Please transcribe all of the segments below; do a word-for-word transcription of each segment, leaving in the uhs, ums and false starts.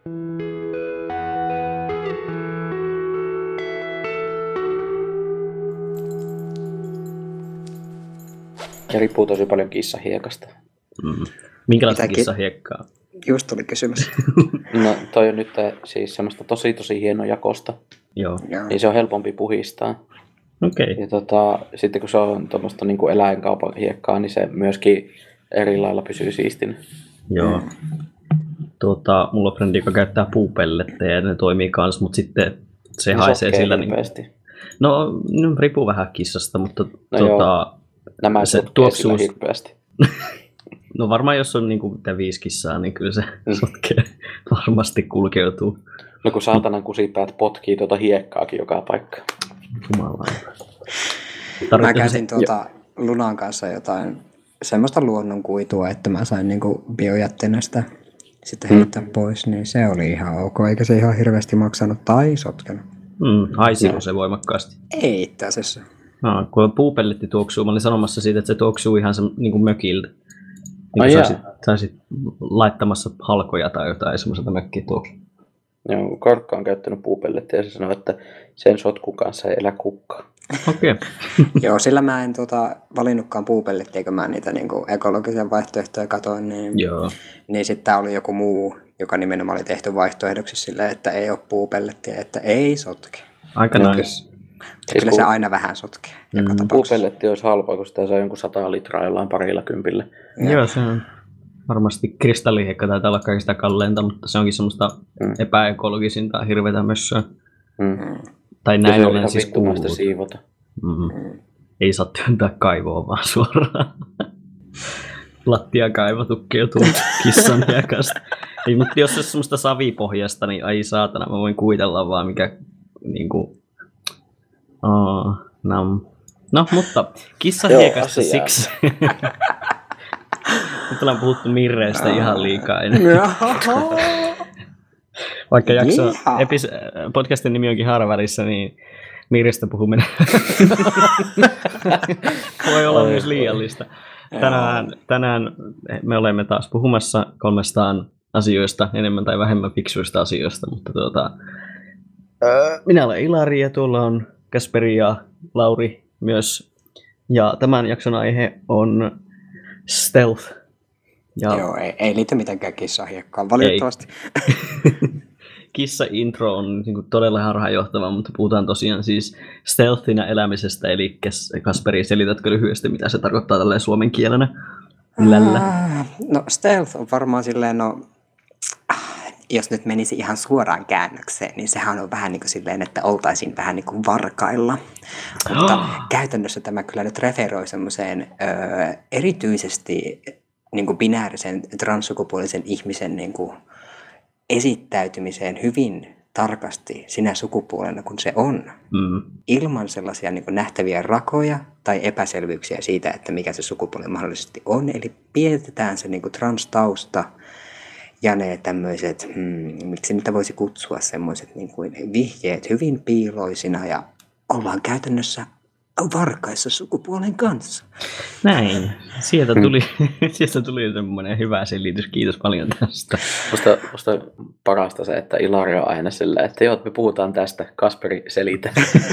Ja riippuu tosi paljon kissahiekasta. Mm. Minkälaista Mitäkin? kissahiekkaa? Just tuli kysymys. No toi on nyt siis semmoista tosi tosi hienojakosta. Joo. Joo. Niin se on helpompi puhistaa. Okei. Okay. Ja tota, sitten kun se on tuommoista niinku eläinkaupan hiekkaa, niin se myöskin eri lailla pysyy siistin. Joo. Tuota, mulla on frendi, joka käyttää puupellettejä ja ne toimii kans, mutta sitten se Ne haisee sotkee sillä niin. hirveästi. No, no, riippuu vähän kissasta, mutta No tuota, Nämä se sotkee tuoksuu. sillä hirveästi. No varmaan jos on niinku mitä viisi kissaa, niin kyllä se mm. sotkee varmasti kulkeutuu. No kun saatanan kusipäät potkii tuota hiekkaakin joka paikka. Jumala. Mä käytin tuota Lunan kanssa jotain semmoista luonnonkuitua, että mä sain niinku biojätteenä sitä sitten heittää mm. pois, niin se oli ihan ok, eikä se ihan hirveästi maksanut tai sotkenut. Mm, haisiko se voimakkaasti? Ei itse asiassa. No, kun puupelletti tuoksuu, mä olin sanomassa siitä, että se tuoksuu ihan se, niin kuin mökiltä. Niin Ai kuin jaa. saisit, saisit laittamassa halkoja tai jotain semmoiselta mökkituoksu. Joo, Korkka on käyttänyt puupellettiä ja se sanoo, että sen sotkun kanssa ei elä kukka. Okei. Okay. Joo, sillä mä en tuota, valinnutkaan puupellettiä, kun mä niitä niinku ekologisia vaihtoehtoja katoin, niin, Joo. niin sitten tää oli joku muu, joka nimenomaan oli tehty vaihtoehdoksi silleen, että ei ole puupellettiä, että ei sotke. Aika No, nice. Siis Kyllä se kun aina vähän sotkee. Mm. Joka tapauksessa. puupelletti olisi halpaa, kun sitä saa jonkun sata litraa jollain parilla kympillä. Joo. Joo, se on varmasti kristallihiekka taitaa olla kaikista kalleinta, mutta se onkin semmoista Mm. epäekologisinta hirveätä mössöä. Mm. Tai Ja näin se on ollen ihan siis vittumaista kuuluu. siivota. Mm. Ei saa työntää kaivoa vaan suoraan. Lattiakaivo tukkeutuu kissan hiekasta. Ei, mutta jos se on semmoista savipohjasta, niin ai saatana, mä voin kuvitella vaan mikä niinku... Oh, nam. No, mutta kissahiekasta Joo, asiaa. siksi. Nyt ollaan puhuttu mirreistä ihan liikaa. Vaikka jakso, Jiha. epis, podcastin nimi onkin Harvarissa, niin mirreistä puhuminen voi olla myös liiallista. Tänään, tänään me olemme taas puhumassa kolmestaan asioista, enemmän tai vähemmän fiksuista asioista, mutta tuota, öö, minä olen Ilari ja tuolla on Kasperi ja Lauri myös. Ja tämän jakson aihe on stealth. Ja Joo, ei, ei liity mitenkään kissahiekkaan, valitettavasti. kissa-intro on niin kuin todella harhaanjohtava, mutta puhutaan tosiaan siis stealthina elämisestä, eli Kasperi, selitätkö lyhyesti, mitä se tarkoittaa tälleen suomen kielenä? Lällä. Ah, no stealth on varmaan silleen, no, ah, jos nyt menisi ihan suoraan käännökseen, niin sehän on vähän niin kuin silleen, että oltaisiin vähän niin kuin varkailla. Mutta Oh. käytännössä tämä kyllä nyt referoi semmoiseen öö, erityisesti niin kuin binäärisen transsukupuolisen ihmisen niin kuin esittäytymiseen hyvin tarkasti sinä sukupuolena kuin se on. Mm. Ilman sellaisia niin kuin nähtäviä rakoja tai epäselvyyksiä siitä, että mikä se sukupuoli mahdollisesti on. Eli piirretään se niin kuin transtausta ja ne tämmöiset, hmm, miksi niitä voisi kutsua, semmoiset niin kuin vihjeet hyvin piiloisina ja ollaan käytännössä varkaissa sukupuolen kanssa. Näin. Sieltä tuli, sieltä tuli semmoinen hyvä selitys. Kiitos paljon tästä. Musta, musta parasta se, että Ilari on aina sillä, että joo, me puhutaan tästä, Kasperi selitä.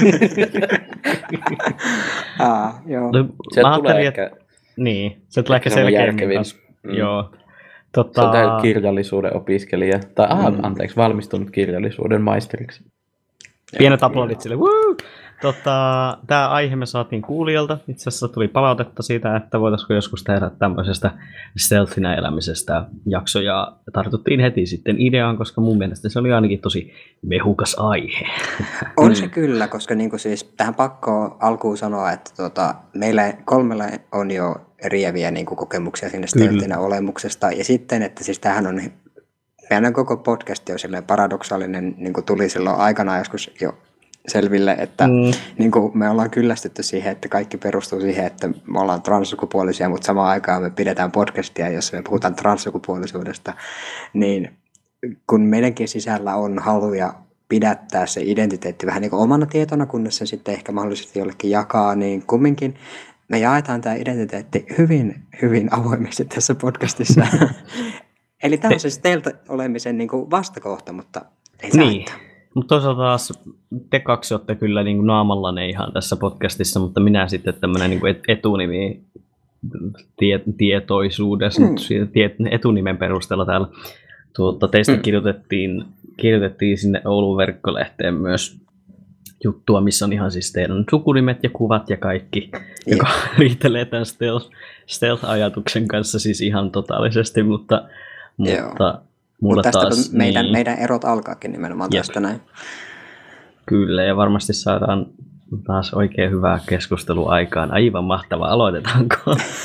Aa, joo. No, Sieltä mä tulee ajattelin, ehkä, että niin, se tulee ehkä se on selkeämmin. järkevin. kanssa. Mm. Joo. se on Tota, tämä kirjallisuuden opiskelija, tai aha, Mm. anteeksi, valmistunut kirjallisuuden maisteriksi. pienet aplodit sille. Woo! Tota, tämä aihe me saatiin kuulijalta. Itse asiassa tuli palautetta siitä, että voitaisiinko joskus tehdä tämmöisestä stealthina elämisestä jakso, ja tartuttiin heti sitten ideaan, koska mun mielestä se oli ainakin tosi mehukas aihe. On se kyllä, koska niin kuin siis tähän pakko alkuun sanoa, että tota, meillä kolmella on jo rieviä niin kuin kokemuksia sinne stealthinä olemuksesta. Ja sitten, että siis tämähän on, meidän koko podcast on silleen paradoksaalinen, niin kuin tuli silloin aikanaan joskus jo selville, että Mm. niin kuin me ollaan kyllästytty siihen, että kaikki perustuu siihen, että me ollaan transsukupuolisia, mutta samaan aikaan me pidetään podcastia, jossa me puhutaan transsukupuolisuudesta, niin kun meidänkin sisällä on haluja pidättää se identiteetti vähän niin kuin omana tietona, kunnes se sitten ehkä mahdollisesti jollekin jakaa, niin kumminkin me jaetaan tämä identiteetti hyvin, hyvin avoimesti tässä podcastissa. Eli tämä on se stealth-olemisen niin kuin vastakohta, mutta ei se Niin, haittaa. mutta toisaalta taas te kaksi olette kyllä niin kuin naamallanne ihan tässä podcastissa, mutta minä sitten tämmöinen niin kuin etunimi tie, tietoisuudessa, Mm. mm. tie, etunimen perusteella täällä tuota, teistä Mm. kirjoitettiin, kirjoitettiin sinne Oulun verkkolehteen myös juttua, missä on ihan siis teidän sukunimet ja kuvat ja kaikki, joka riitelee tämän stealth, stealth-ajatuksen kanssa siis ihan totaalisesti, mutta, mutta mulla Mutta tästä taas... meidän, niin, meidän erot alkaakin nimenomaan Jep. tästä näin. Kyllä, ja varmasti saadaan taas oikein hyvää keskustelua aikaan. Aivan mahtavaa. Aloitetaanko?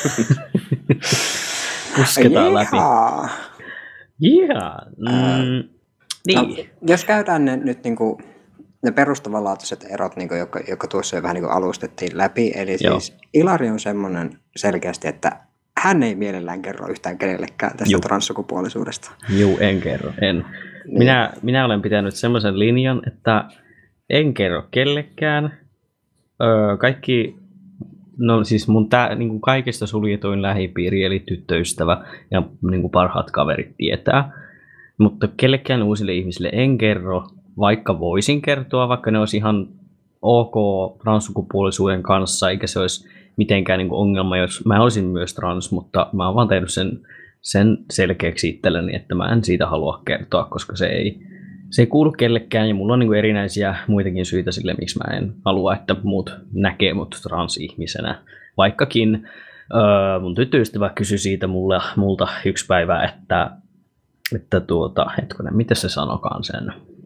Pusketaan läpi. Jeehaa. Yeah. Mm, niin. No, jos käydään ne nyt niin kuin, ne perustavanlaatuiset erot, niin kuin, jotka, jotka tuossa jo vähän niin kuin alustettiin läpi. Eli Joo. siis Ilari on semmoinen selkeästi, että hän ei mielellään kerro yhtään kenellekään tästä Juu. transsukupuolisuudesta. Juu, en kerro, en. Niin. Minä, minä olen pitänyt semmoisen linjan, että en kerro kellekään. Öö, kaikki, no siis mun tää, niin kuin kaikista suljetuin lähipiiri, eli tyttöystävä ja niin kuin parhaat kaverit tietää. Mutta kellekään uusille ihmisille en kerro, vaikka voisin kertoa, vaikka ne olisi ihan ok transsukupuolisuuden kanssa, eikä se olisi mitenkään niin kuin ongelma, jos mä olisin myös trans, mutta mä oon vaan tehnyt sen, sen selkeäksi itselleni, että mä en siitä halua kertoa, koska se ei, se ei kuulu kellekään, ja mulla on niin kuin erinäisiä muitakin syitä sille, miksi mä en halua, että muut näkee mut transihmisenä. Vaikkakin öö, mun tyttöystävä kysyi siitä mulle, multa yksi päivä, että, että tuota, hetkonen, miten se sanokaan sen?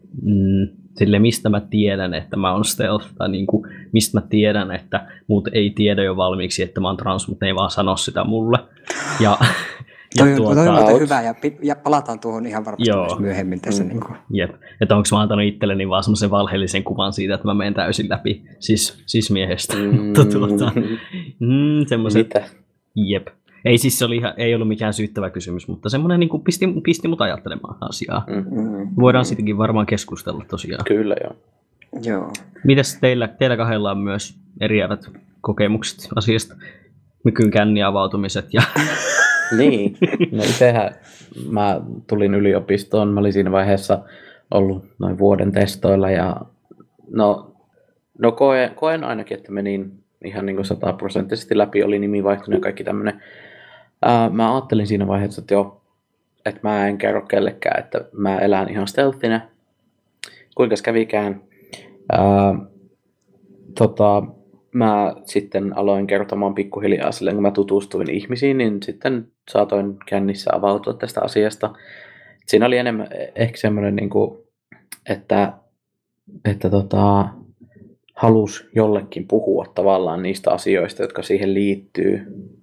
Mm, sille mistä mä tiedän, että mä oon stealth, tai niin kuin, mistä mä tiedän, että muut ei tiedä jo valmiiksi, että mä oon trans, mutta ne ei vaan sano sitä mulle. Ja, Toi, ja on- tuota, toi on muuten Ouch. hyvä, ja, pi- ja palataan tuohon ihan varmasti Joo. myös myöhemmin tässä. Mm. Niin kuin. jep. Että onko mä antanut itselleni vaan semmoisen valheellisen kuvan siitä, että mä menen täysin läpi siis, siis miehestä. Mutta tuota, mm, semmoiset, Mitä? jep. Ei siis se oli ihan, ei ollut mikään syyttävä kysymys, mutta semmoinen niin kuin pisti, pisti mut ajattelemaan asiaa. Mm. Mm. Voidaan siitäkin varmaan keskustella tosiaan. Kyllä joo. Joo. Mites teillä, teillä kahdella on myös eriävät kokemukset asiasta? Mykyn känniavautumiset ja... Niin, no itsehän mä tulin yliopistoon, mä olin siinä vaiheessa ollut noin vuoden testoilla ja no, no koen, koen ainakin, että menin ihan niin kuin sataprosenttisesti läpi, oli nimi vaihtunut ja kaikki tämmöinen. Ää, mä ajattelin siinä vaiheessa, että joo, että mä en kerro kellekään, että mä elän ihan stealthinä. Kuinka kävikään? Ää, tota, mä sitten aloin kertomaan pikkuhiljaa silleen, kun mä tutustuin ihmisiin, niin sitten saatoin kännissä avautua tästä asiasta. Siinä oli enemmän ehkä semmoinen, niin kuin, että, että tota, halusi jollekin puhua tavallaan niistä asioista, jotka siihen liittyy.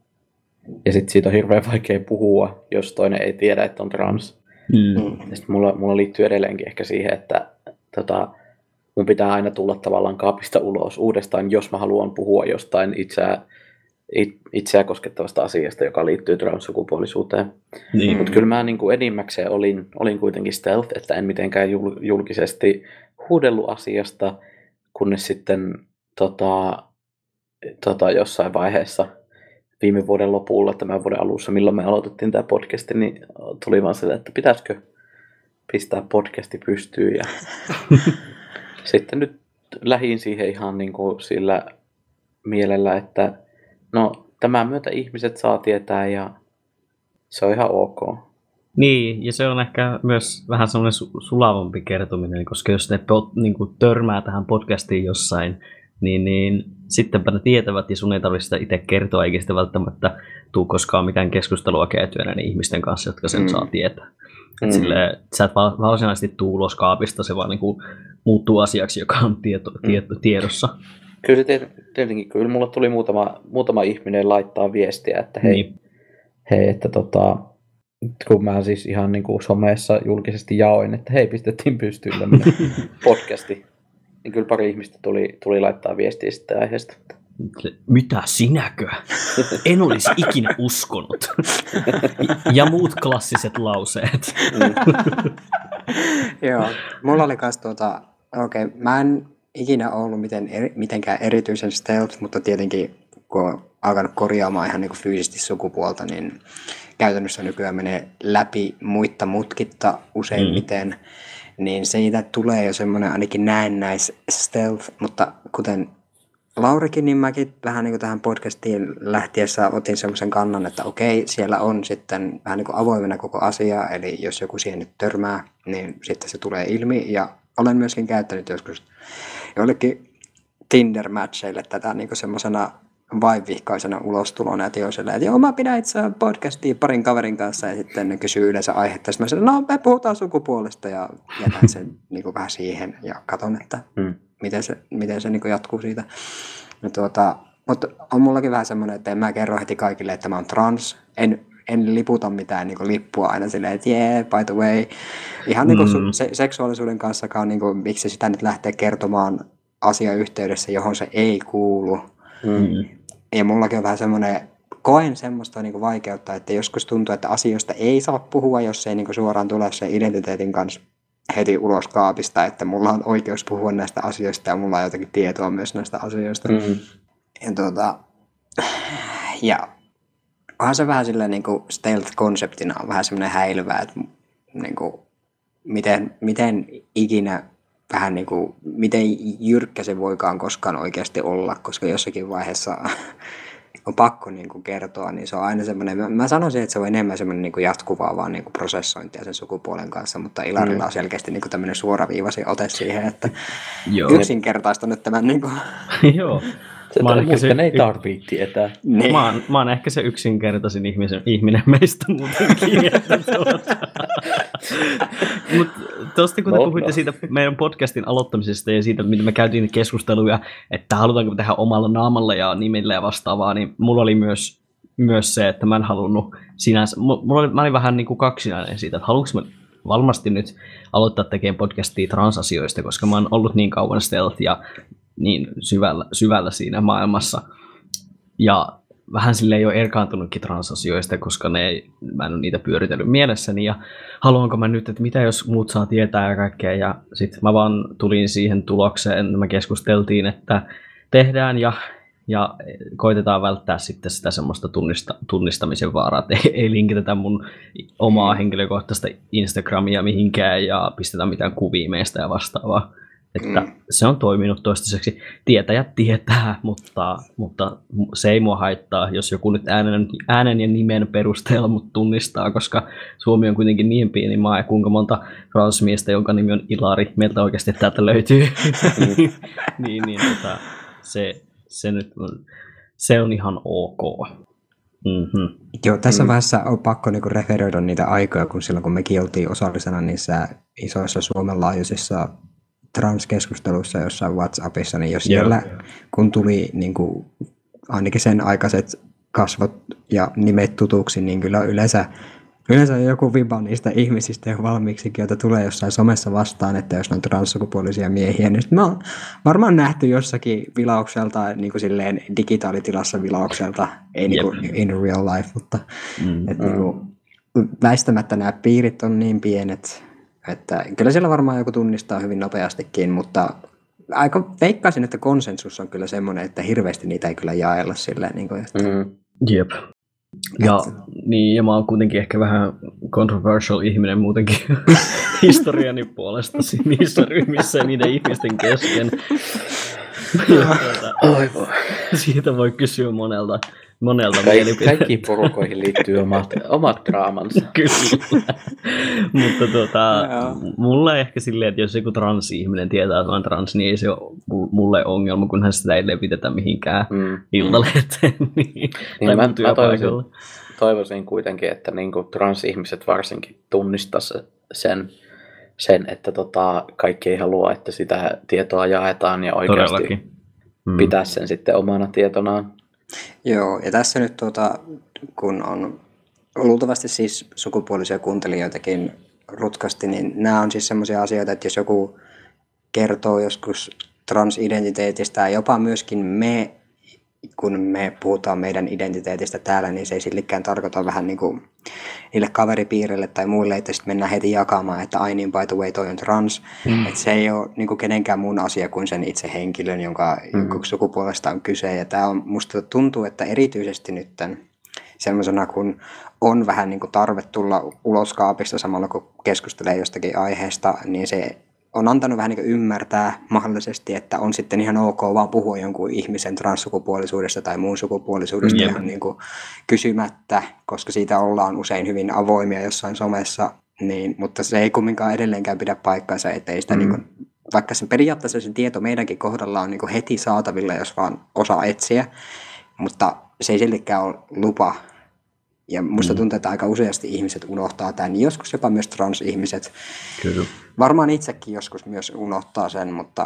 Ja sitten siitä on hirveän vaikea puhua, jos toinen ei tiedä, että on trans. Mm. Mm. Ja sit mulla, mulla liittyy edelleenkin ehkä siihen, että tota, mun pitää aina tulla tavallaan kaapista ulos uudestaan, jos mä haluan puhua jostain itseä, it, itseä koskettavasta asiasta, joka liittyy transsukupuolisuuteen. Niin. Mutta kyllä mä niin kuin enimmäkseen olin, olin kuitenkin stealth, että en mitenkään jul, julkisesti huudellut asiasta, kunnes sitten tota, tota, jossain vaiheessa viime vuoden lopulla, tämän vuoden alussa, milloin me aloitettiin tämä podcast, niin tuli vaan sille, että pitäisikö pistää podcasti pystyyn. Ja sitten nyt lähdin siihen ihan niin kuin sillä mielellä, että no tämän myötä ihmiset saa tietää ja se on ihan ok. Niin, ja se on ehkä myös vähän semmoinen su- sulavampi kertominen, koska jos ne pot, niin kuin törmää tähän podcastiin jossain, niin, niin sittenpä ne tietävät ja sun ei tarvitse sitä itse kertoa, eikä sitä välttämättä tule koskaan mitään keskustelua käytyä näiden ihmisten kanssa, jotka sen Mm. saa tietää. Mm. Et silleen, sä et va- varsinaisesti tuu ulos kaapista, se vaan niin kuin muuttuu asiaksi, joka on tieto, tieto, tiedossa. Kyllä se tiet- tietenkin, kyllä mulla tuli muutama, muutama ihminen laittaa viestiä, että hei, Niin. hei että tota, kun mä siis ihan niin kuin somessa julkisesti jaoin, että hei, pistettiin pystyyn tämmöinen podcasti, niin kyllä pari ihmistä tuli, tuli laittaa viestiä sitten aiheesta. Mitä sinäkö? En olisi ikinä uskonut. Ja muut klassiset lauseet. Mm. Joo, mulla oli kans tuota, okei, okay, mä en ikinä ollut miten eri, mitenkään erityisen stealth, mutta tietenkin kun on alkanut korjaamaan ihan niin kuin fyysisesti sukupuolta, niin käytännössä nykyään menee läpi muitta mutkitta useimmiten, mm. niin siitä tulee jo semmoinen ainakin näennäis stealth, mutta kuten Laurikin, niin mäkin vähän niin kuin tähän podcastiin lähtiessä otin semmoisen kannan, että okei, siellä on sitten vähän niin kuin avoimena koko asia, eli jos joku siihen nyt törmää, niin sitten se tulee ilmi, ja olen myöskin käyttänyt joskus jollekin Tinder-matcheille tätä niin kuin semmoisena vaivihkaisena ulostulona, että joo, sillä, että joo, mä pidän itse podcastia parin kaverin kanssa, ja sitten ne kysyy yleensä aihetta, sitten mä sanon, no me puhutaan sukupuolesta, ja jätän sen niin kuin vähän siihen, ja katon, että hmm. miten se, miten se niin kuin jatkuu siitä. Ja tuota, mutta on mullakin vähän semmoinen, että en mä kerro heti kaikille, että mä oon trans, en, en liputa mitään niin kuin lippua aina silleen, että yeah, by the way, ihan niin kuin hmm. se, seksuaalisuuden kanssakaan, niin kuin, miksi sitä nyt lähtee kertomaan asiayhteydessä, johon se ei kuulu. Hmm. Ja mullakin on vähän semmoinen, koen semmoista niinku vaikeutta, että joskus tuntuu, että asioista ei saa puhua, jos ei niinku suoraan tule sen identiteetin kanssa heti ulos kaapista, että mulla on oikeus puhua näistä asioista ja mulla on jotakin tietoa myös näistä asioista. Mm-hmm. Ja, tuota, ja onhan se vähän silleen niinku stealth-konseptina on vähän semmoinen häilyvä, että niinku, miten, miten ikinä vähän niin kuin, miten jyrkkä se voikaan koskaan oikeasti olla, koska jossakin vaiheessa on pakko niin kuin kertoa, niin se on aina semmoinen, mä, mä sanoisin, että se on enemmän semmoinen niin kuin jatkuvaa vaan niin kuin prosessointia sen sukupuolen kanssa, mutta Ilarilla on selkeästi niin kuin tämmöinen suoraviivasi ote siihen, että yksinkertaista nyt tämän niin kuin. Joo. Se on muuten ei tarvitse tietää. Niin. Mä, oon, mä oon ehkä se yksinkertaisin ihmisen, ihminen meistä muutenkin. Mutta tuosta kun te no, puhuitte no. siitä meidän podcastin aloittamisesta ja siitä, mitä me käytiin keskusteluja, että halutaanko tehdä omalla naamalla ja nimellä ja vastaavaa, niin mulla oli myös, myös se, että mä en halunnut sinänsä, mulla oli, mä olin vähän niin kuin kaksinainen siitä, että haluanko mä varmasti nyt aloittaa tekemään podcastia transasioista, koska mä oon ollut niin kauan stealth ja niin syvällä, syvällä siinä maailmassa. Ja vähän silleen jo erkaantunutkin transasioista, koska ne ei, mä en ole niitä pyöritellyt mielessäni. Ja haluanko mä nyt, että mitä jos muut saa tietää ja kaikkea. Ja sitten mä vaan tulin siihen tulokseen, me keskusteltiin, että tehdään ja, ja koitetaan välttää sitten sitä semmoista tunnista, tunnistamisen vaaraa, että ei, ei linkitetä mun omaa henkilökohtaista Instagramia mihinkään ja pistetään mitään kuvia meistä ja vastaavaa. Että mm. se on toiminut toistaiseksi. Tietäjät tietää, mutta, mutta se ei mua haittaa, jos joku nyt äänen, äänen ja nimen perusteella mut tunnistaa, koska Suomi on kuitenkin niin pieni maa ja kuinka monta transmiestä, jonka nimi on Ilari, meiltä oikeasti täältä löytyy. Mm. niin, niin tota, se, se, nyt on, se on ihan ok. Mm-hmm. Joo, tässä mm. vaiheessa on pakko niinku referoida niitä aikoja, kun silloin kun mekin oltiin osallisena niissä isoissa Suomen laajuisissa transkeskusteluissa jossain WhatsAppissa, niin jos siellä, kun tuli niin kuin, ainakin sen aikaiset kasvot ja nimet tutuksi, niin kyllä yleensä, yleensä joku viba niistä ihmisistä jo valmiiksikin, joita tulee jossain somessa vastaan, että jos on transsukupuolisia miehiä, niin mä oon varmaan nähty jossakin vilaukselta, niin kuin silleen digitaalitilassa vilaukselta, ei niin kuin in real life, mutta mm. et, niin kuin, väistämättä nämä piirit on niin pienet, että kyllä siellä varmaan joku tunnistaa hyvin nopeastikin, mutta aika veikkaisin, että konsensus on kyllä semmoinen, että hirveästi niitä ei kyllä jaella silleen. Niin kuin, että... mm. Jep. Ja, niin, ja mä oon kuitenkin ehkä vähän controversial ihminen muutenkin historiani puolesta niissä ryhmissä ja niiden ihmisten kesken. tuota, siitä voi kysyä monelta. Monelta Kaik- Kaikkiin porukoihin liittyy omat, omat draamansa. Kyllä. Mutta tuota, mulle ehkä silleen, että jos joku trans-ihminen tietää, että olen trans, niin ei se ole mulle ongelma, kunhan sitä ei levitetä mihinkään mm. iltalehteen. niin, niin mä, mä toivoisin, toivoisin kuitenkin, että niinku trans-ihmiset varsinkin tunnistaisi sen, sen että tota, kaikki ei halua, että sitä tietoa jaetaan ja oikeasti mm. pitää sen sitten omana tietonaan. Joo, ja tässä nyt tuota, kun on luultavasti siis sukupuolisia kuuntelijoitakin rutkasti, niin nämä on siis semmoisia asioita, että jos joku kertoo joskus transidentiteetistä ja jopa myöskin me, kun me puhutaan meidän identiteetistä täällä, niin se ei sillikään tarkoita vähän niin kuin niille kaveripiirille tai muille, että sitten mennään heti jakamaan, että ai niin, by the way, toi on trans. Mm. Että se ei ole niin kuin kenenkään muun asia kuin sen itse henkilön, jonka mm. sukupuolesta on kyse. Ja tämä on, musta tuntuu, että erityisesti nyt tämän, semmoisena, kun on vähän niin kuin tarve tulla ulos kaapista samalla, kun keskustelee jostakin aiheesta, niin se on antanut vähän niin kuin ymmärtää mahdollisesti, että on sitten ihan ok vaan puhua jonkun ihmisen transsukupuolisuudesta tai muun sukupuolisuudesta Jep. ihan niin kuin kysymättä, koska siitä ollaan usein hyvin avoimia jossain somessa, niin, mutta se ei kumminkaan edelleenkään pidä paikkaansa, ettei sitä mm. niin kuin, vaikka se periaatteessa se tieto meidänkin kohdalla on niin kuin heti saatavilla, jos vaan osaa etsiä, mutta se ei siltikään ole lupa. Ja musta tuntuu, että aika useasti ihmiset unohtaa tämän, joskus jopa myös transihmiset. Kyllä. Varmaan itsekin joskus myös unohtaa sen, mutta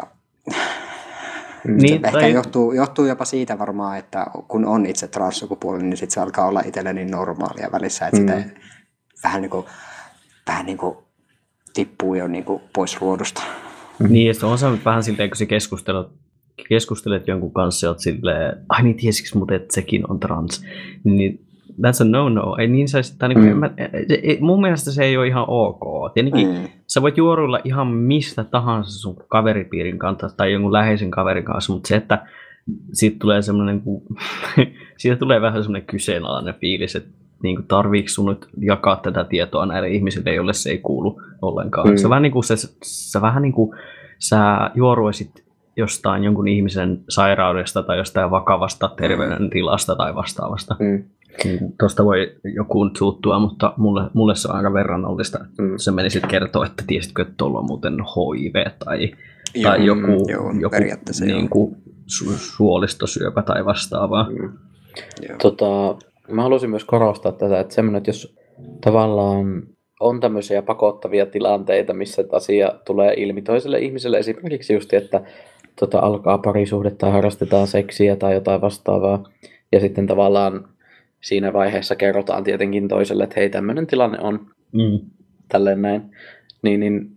Niin, se tai... ehkä johtuu, johtuu jopa siitä varmaan, että kun on itse transsukupuolinen, niin sit se alkaa olla itselleni normaalia välissä, että mm. sitä vähän niin kuin, vähän niin kuin tippuu jo niin kuin pois ruodusta. Niin, ja se on se vähän silleen, kun sä keskustelet, keskustelet jonkun kanssa, ja oot silleen, ai niin, tiesiks mut, että sekin on trans, niin that's a no-no. Ei niin saisi, tai niin, mm. mä, mun mielestä se ei ole ihan ok. Tietenkin mm. sä voit juoruilla ihan mistä tahansa sun kaveripiirin kanssa tai jonkun läheisen kaverin kanssa, mutta se, että siitä tulee semmoinen, siitä tulee vähän semmoinen kyseenalainen fiilis, että niin kuin tarviiko sun nyt jakaa tätä tietoa näille ihmisille, joille se ei kuulu ollenkaan. Mm. Se vähän niin kuin, se, se vähän niin kuin sä juoruisit jostain jonkun ihmisen sairaudesta tai jostain vakavasta terveydentilasta tai vastaavasta. Mm. Tuosta voi joku suuttua, mutta mulle, mulle se on aika verrannollista. Mm. Se meni sitten kertoa, että tiesitkö, että tuolla on muuten H I V tai, joo, tai joku, joo, joku niin kuin su- suolistosyöpä tai vastaavaa. Mm. Tota, mä haluaisin myös korostaa tätä, että semmoinen, että jos tavallaan on tämmöisiä pakottavia tilanteita, missä asia tulee ilmi toiselle ihmiselle, esimerkiksi just, että tota, alkaa parisuhde tai harrastetaan seksiä tai jotain vastaavaa, ja sitten tavallaan siinä vaiheessa kerrotaan tietenkin toiselle, että hei, tämmöinen tilanne on, mm. tälleen näin, niin, niin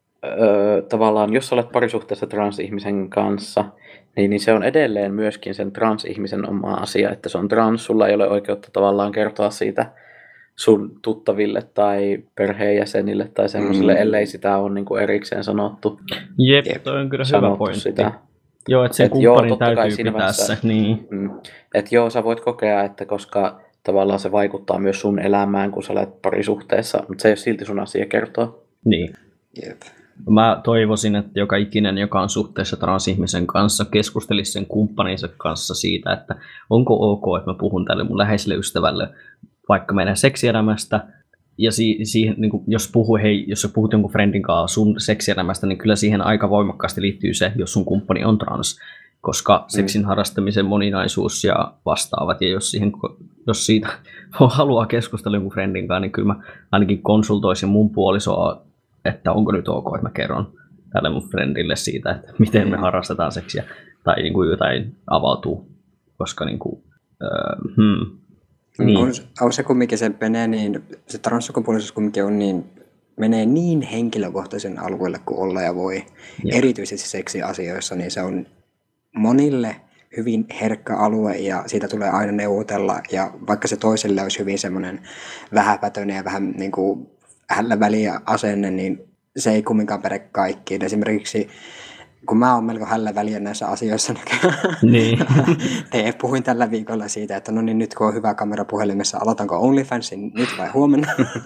öö, tavallaan jos olet parisuhteessa transihmisen kanssa, niin, niin se on edelleen myöskin sen transihmisen oma asia, että se on trans, sulla ei ole oikeutta tavallaan kertoa siitä sun tuttaville tai perheenjäsenille tai semmoiselle, mm. ellei sitä ole niin kuin erikseen sanottu. Jep, toi on kyllä hyvä pointti. Sitä. Joo, että sen et kumppanin joo, täytyy pitää vaiheessa, se. Niin. Mm, että joo, sä voit kokea, että koska tavallaan se vaikuttaa myös sun elämään, kun sä olet parisuhteessa, mutta se ei ole silti sun asia kertoa. Niin. Jep. Mä toivoisin, että joka ikinen, joka on suhteessa transihmisen kanssa, keskustelisi sen kumppaninsa kanssa siitä, että onko ok, että mä puhun tälle mun läheiselle ystävälle vaikka meidän seksielämästä, ja si- siihen, niin kuin, jos, puhu, hei, jos sä puhut jonkun friendin kanssa sun seksielämästä, niin kyllä siihen aika voimakkaasti liittyy se, jos sun kumppani on trans, koska mm. seksin harrastamisen moninaisuus ja vastaavat, ja jos, siihen, jos siitä haluaa keskustella jonkun friendin kanssa, niin kyllä mä ainakin konsultoisin mun puolisoa, että onko nyt ok, että mä kerron tälle mun friendille siitä, että miten me harrastetaan seksiä, tai niin kuin jotain avautuu, koska niin kuin, öö, hmm. Niin. On, on se kumminkin se menee niin, se transsukupuolisuus kumminkin on niin, menee niin henkilökohtaisen alueelle kuin olla ja voi. Jep. Erityisesti seksiasioissa, niin se on monille hyvin herkkä alue ja siitä tulee aina neuvotella. Ja vaikka se toiselle olisi hyvin semmoinen vähäpätöinen ja vähän niin kuin hällä väliä asenne, niin se ei kumminkaan päde kaikkiin. Esimerkiksi kun mä oon melko hällä väliä näissä asioissa, niin. Te puhuin tällä viikolla siitä, että no niin nyt kun on hyvä kamera puhelimessa, aloitanko OnlyFansin nyt vai huomenna?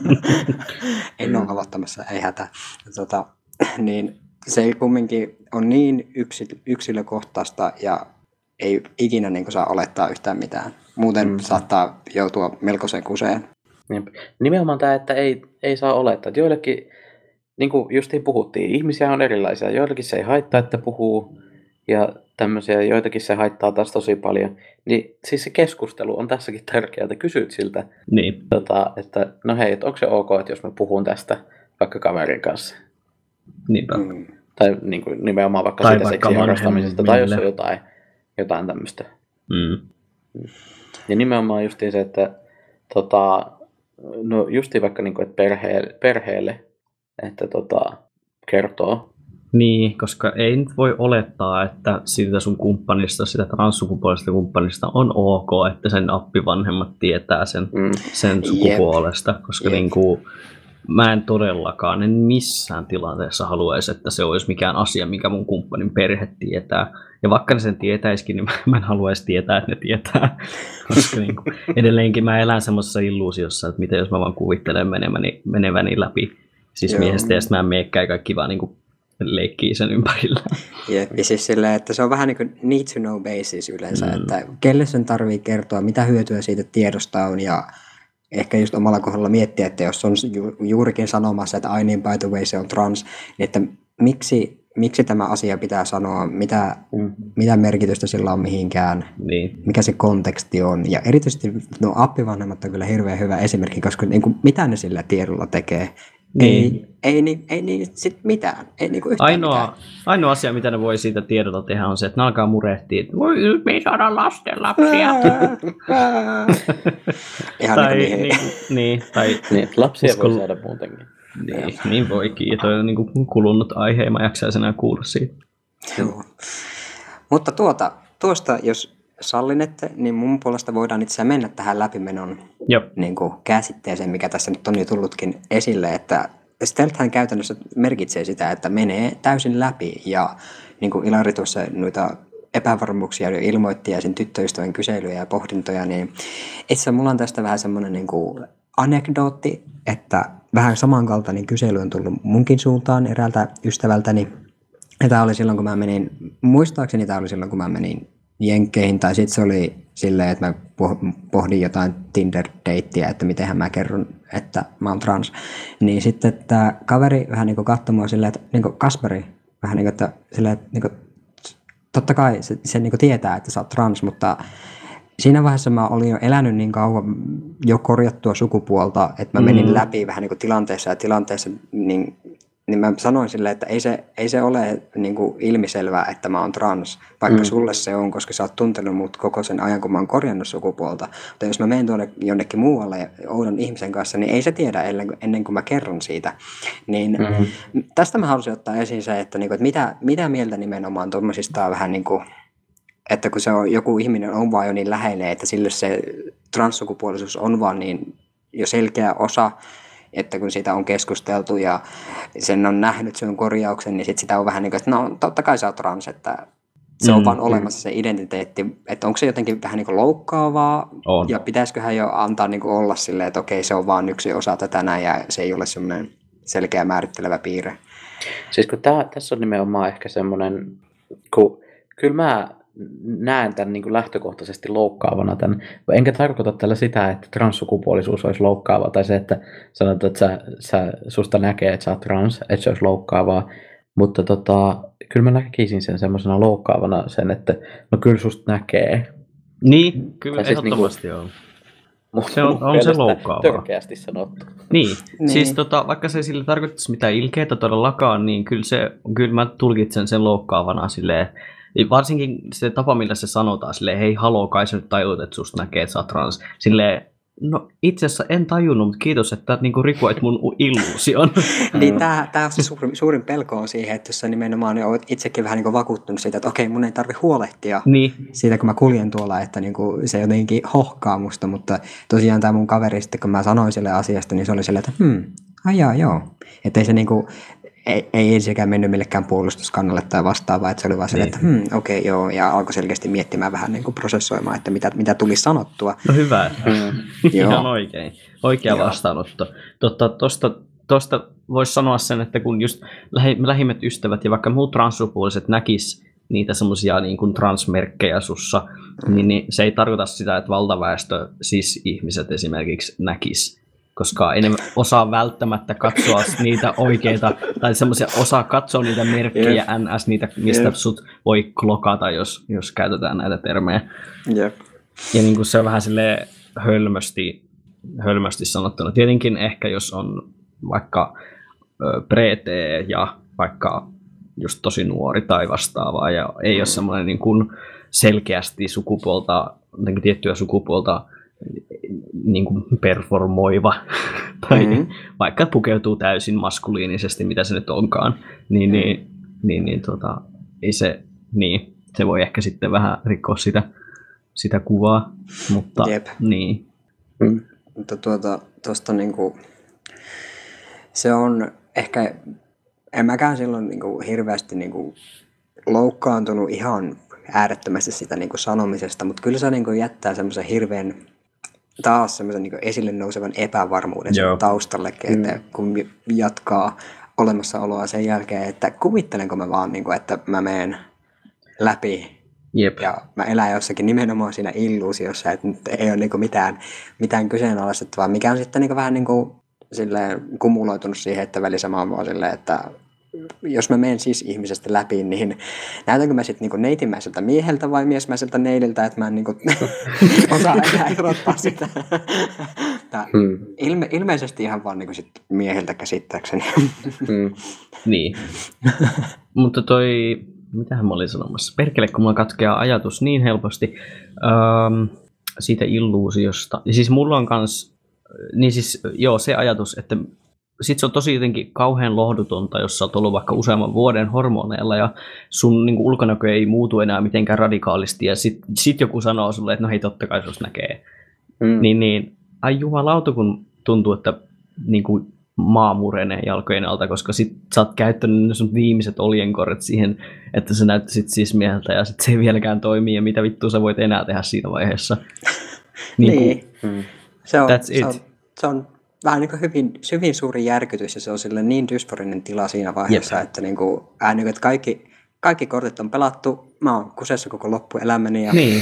En ole aloittamassa, ei hätä. Tota, niin se kumminkin on niin yksilökohtaista ja ei ikinä niin kuin saa olettaa yhtään mitään. Muuten mm. saattaa joutua melkoiseen kuseen. Nimenomaan tämä, että ei, ei saa olettaa. Joillekin, niin kuin justiin puhuttiin, ihmisiä on erilaisia. Joillekin se ei haittaa, että puhuu, ja tämmöisiä, joitakin se haittaa taas tosi paljon. Niin siis se keskustelu on tässäkin tärkeää, että kysyt siltä, niin. tota, että no hei, että onko se ok, että jos mä puhun tästä vaikka kaverin kanssa? Niinpä. Mm. Tai niin kuin, nimenomaan vaikka tai siitä seksiä harrastamisesta, tai jos on jotain, jotain tämmöistä. Mm. Ja nimenomaan justiin se, että tota, no justiin vaikka niin kuin, että perheelle, perheelle että tota, kertoo. Niin, koska ei nyt voi olettaa, että siitä sun kumppanista, sitä transsukupuolista kumppanista on ok, että sen appivanhemmat tietää sen, mm. sen sukupuolesta, koska niin kuin, mä en todellakaan, en missään tilanteessa haluaisi, että se olisi mikään asia, mikä mun kumppanin perhe tietää. Ja vaikka ne sen tietäisikin, niin mä en haluaisi tietää, että ne tietää. Koska niin kuin, edelleenkin mä elän semmoisessa illuusiossa, että miten jos mä vaan kuvittelen meneväni, meneväni läpi siis Joo. miehestä, ja sitten mä en meekään ja kaikki vaan niin kuin leikkii sen ympärillä. Jep, ja siis silleen, että se on vähän niin kuin need to know basis yleensä, mm. että kelle sen tarvii kertoa, mitä hyötyä siitä tiedosta on, ja ehkä just omalla kohdalla miettiä, että jos on ju- juurikin sanomassa, että ai niin, by the way, se on trans, niin että miksi, miksi tämä asia pitää sanoa, mitä, mm. mitä merkitystä sillä on mihinkään, niin. mikä se konteksti on. Ja erityisesti no appivanhemmat on kyllä hirveän hyvä esimerkki, koska niin kuin, mitä ne sillä tiedolla tekee. Niin. Ei, ei, ei, ei niin sit mitään. Ei niin kuin yhtään ainoa, mitään. ainoa asia, mitä ne voi siitä tiedolla tehdä, on se, että ne alkaa murehtia, että voi nyt me ei saada lasten lapsia. Ihan tai, niin, niin, niin, tai niin, lapsia uskon, voi saada muutenkin. Niin, niin voikin. Ja toi on niin kuin kulunut aihe, ja mä jaksaisin enää kuulla siitä. Joo. Mutta tuota, tuosta, jos sallinette, niin mun puolesta voidaan itse asiassa mennä tähän läpimenon niin kuin käsitteeseen, mikä tässä nyt on jo tullutkin esille, että stealthhän käytännössä merkitsee sitä, että menee täysin läpi, ja niin kuin Ilari tuossa noita epävarmuuksia jo ilmoitti ja sen tyttöystävän kyselyjä ja pohdintoja, niin itse mulla on tästä vähän semmoinen niin kuin anekdootti, että vähän samankaltainen kysely on tullut munkin suuntaan eräältä ystävältäni. Ja tämä oli silloin, kun mä menin, muistaakseni tämä oli silloin, kun mä menin Jenkkeihin, tai sitten se oli silleen, että mä pohdin jotain Tinder-deittiä, että mitenhän mä kerron, että mä oon trans. Niin sitten tämä kaveri vähän niin kuin katsoi mua silleen, että niin kuin Kasperi, vähän niin kuin, että silleen, että niin kuin, totta kai se, se niin kuin tietää, että sä oot trans, mutta siinä vaiheessa mä olin jo elänyt niin kauan jo korjattua sukupuolta, että mä menin mm. läpi vähän niin kuin tilanteessa ja tilanteessa, niin, niin mä sanoin silleen, että ei se, ei se ole niin kuin ilmiselvää, että mä oon trans, vaikka mm. sulle se on, koska sä oot tuntenut mut koko sen ajan, kun mä oon korjannut sukupuolta. Mutta jos mä menen tuonne jonnekin muualle oudon ihmisen kanssa, niin ei se tiedä ennen, ennen kuin mä kerron siitä. Niin mm. tästä mä halusin ottaa esiin se, että, niin kuin, että mitä, mitä mieltä nimenomaan tuommoisista vähän niin kuin, että kun se on, joku ihminen on vaan jo niin läheinen, että sille se transsukupuolisuus on vaan niin jo selkeä osa, että kun siitä on keskusteltu ja sen on nähnyt sen korjauksen, niin sit sitä on vähän niin kuin, että no totta kai sä oot trans, että se on mm, vaan olemassa se identiteetti, että onko se jotenkin vähän niin kuin loukkaavaa on. Ja pitäisiköhän jo antaa niin kuin olla silleen, että okei se on vaan yksi osa tätä näin ja se ei ole semmoinen selkeä määrittelevä piirre. Siis kun tää, tässä on nimenomaan ehkä semmoinen, kun kyllä mä näen tämän niin kuin lähtökohtaisesti loukkaavana tämän. Enkä tarkoita tällä sitä, että transsukupuolisuus olisi loukkaava, tai se, että sanotaan, että sä, sä, susta näkee, että sä oot trans, että se olisi loukkaavaa. Mutta tota, kyllä mä näkisin sen semmoisena loukkaavana sen, että no kyllä susta näkee. Niin, kyllä siis ehdottomasti niin on. Mun, se on, on se loukkaavaa. Törkeästi sanottu. Niin, niin. Siis tota, vaikka se ei sille tarkoittaisi mitään ilkeitä todellakaan, niin kyllä, se, kyllä mä tulkitsen sen loukkaavana silleen, varsinkin se tapa, millä se sanotaan, silleen, hei haloo, kai sä nyt tajut, että susta näkee, että sä oot trans. Silleen, no itse asiassa en tajunnut, mutta kiitos, että niinku rikoit mun illuusion. Niin tää, tää on se suurin, suurin pelko on siihen, että jos sä nimenomaan olet itsekin vähän niinku vakuuttunut siitä, että okei, mun ei tarvi huolehtia niin. siitä, kun mä kuljen tuolla, että niinku se jotenkin hohkaa musta, mutta tosiaan tää mun kaveri sitten, kun mä sanoin sille asiasta, niin se oli silleen, että hmm, ajaa joo. Että ei se niinku, ei, ei ensinnäkään mennyt millekään puolustuskannalle tai vastaavaa, että se oli vaan silleen, että hmm, okei okay, joo, ja alkoi selkeästi miettimään vähän niin kuin prosessoimaan, että mitä, mitä tuli sanottua. No hyvä, ihan oikein, oikea vastaanotto. Totta, tosta, tosta voisi sanoa sen, että kun just lähimmät ystävät ja vaikka muut transsukupuoliset näkis niitä semmoisia niin kuin transmerkkejä sussa, mm. niin, niin se ei tarkoita sitä, että valtaväestö, siis ihmiset esimerkiksi näkis. Koska ei ne osaa välttämättä katsoa niitä oikeita, tai semmoisia osaa katsoa niitä merkkejä, yep. ns. Niitä, mistä yep. sut voi klokata, jos, jos käytetään näitä termejä. Yep. Ja niin kuin se on vähän silleen hölmösti, hölmösti sanottuna. Tietenkin ehkä jos on vaikka pre-tee ja vaikka just tosi nuori tai vastaavaa, ja ei ole semmoinen niin kuin selkeästi sukupuolta, jotenkin tiettyä sukupuolta, niin kuin performoiva tai mm-hmm. vaikka pukeutuu täysin maskuliinisesti, mitä se nyt onkaan, niin, mm-hmm. niin, niin, niin tota, ei se, niin, se voi ehkä sitten vähän rikkoa sitä, sitä kuvaa, mutta Jep. niin. Mm. Mutta tuota, tuosta niinku, se on ehkä, en mäkään silloin niin kuin hirveästi niin kuin loukkaantunut ihan äärettömästi sitä niin kuin sanomisesta, mutta kyllä se niin kuin jättää semmoisen hirveän taas semmoisen niin kuin esille nousevan epävarmuuden sen taustallekin, mm. että kun jatkaa olemassaoloa sen jälkeen, että kuvittelenko mä vaan, niin kuin, että mä menen läpi Jep. ja mä elän jossakin nimenomaan siinä illuusiossa, että ei ole niin kuin mitään, mitään kyseenalaistettavaa, mikä on sitten niin kuin vähän niin kuin silleen kumuloitunut siihen, että välissä mä oon vaan silleen, että jos mä menen siis ihmisestä läpi, niin näytänkö mä sitten niinku neitimäiseltä mieheltä vai miesmäiseltä neidiltä, että mä en niinku osaa enää erottaa sitä. Hmm. Ilme, ilmeisesti ihan vaan niinku sit mieheltä käsittääkseni. Hmm. Niin. Mutta toi, mitähän mä olin sanomassa? Perkele, kun mulla katkeaa ajatus niin helposti ähm, siitä illuusiosta. Ja siis mulla on kans, niin siis joo, se ajatus, että sitten se on tosi jotenkin kauhean lohdutonta, jos sä oot ollut vaikka useamman vuoden hormoneilla ja sun niin kuin ulkonäkö ei muutu enää mitenkään radikaalisti ja sit, sit joku sanoo sulle, että no hei, totta kai susta näkee. Mm. Niin, niin ai jumalauta, kun tuntuu, että niin kuin maa murenee jalkojen alta, koska sit sä oot käyttänyt ne sun viimeiset oljenkorret siihen, että sä näyttäisit siis mieheltä ja sit se ei vieläkään toimi ja mitä vittua sä voit enää tehdä siinä vaiheessa. niin. niin. Kuin, se on, that's se it. On, se on vähän niin kuin hyvin, hyvin suuri järkytys ja se on sille niin dysforinen tila siinä vaiheessa, Jep. että, niin kuin, ää, niin kuin, että kaikki, kaikki kortit on pelattu, mä oon kusessa koko loppuelämäni. Ja... Niin.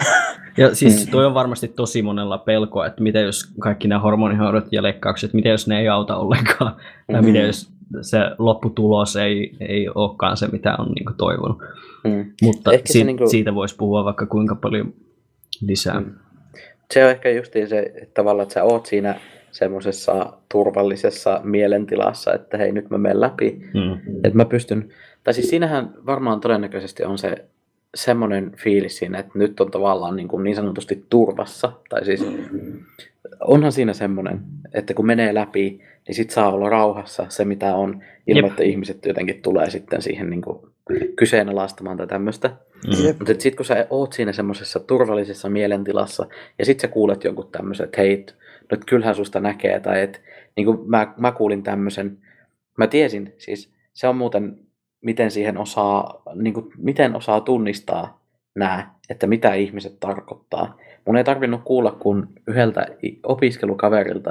Ja siis toi on varmasti tosi monella pelkoa, että mitä jos kaikki nämä hormonihoidot ja leikkaukset, mitä jos ne ei auta ollenkaan, mm-hmm. tai mitä jos se lopputulos ei, ei olekaan se, mitä on niin kuin toivonut. Mm. Mutta si- niin kuin... siitä voisi puhua vaikka kuinka paljon lisää. Mm. Se on ehkä justiin se, että tavallaan, että sä oot siinä semmoisessa turvallisessa mielentilassa, että hei, nyt mä menen läpi, mm. että mä pystyn, tai siis siinähän varmaan todennäköisesti on se semmoinen fiilis siinä, että nyt on tavallaan niin, kuin niin sanotusti turvassa, tai siis onhan siinä semmoinen, että kun menee läpi, niin sit saa olla rauhassa se, mitä on, ilman, että ihmiset jotenkin tulee sitten siihen niin kuin kyseenalaistamaan tai tämmöistä. Mm. Mutta sitten kun sä oot siinä semmoisessa turvallisessa mielentilassa, ja sit sä kuulet jonkun tämmöisen, että hei, no kyllähän susta näkee, tai että niin kuin mä, mä kuulin tämmöisen, mä tiesin, siis se on muuten, miten siihen osaa, niin kuin, miten osaa tunnistaa nämä, että mitä ihmiset tarkoittaa. Mun ei tarvinnut kuulla kuin yhdeltä opiskelukaverilta,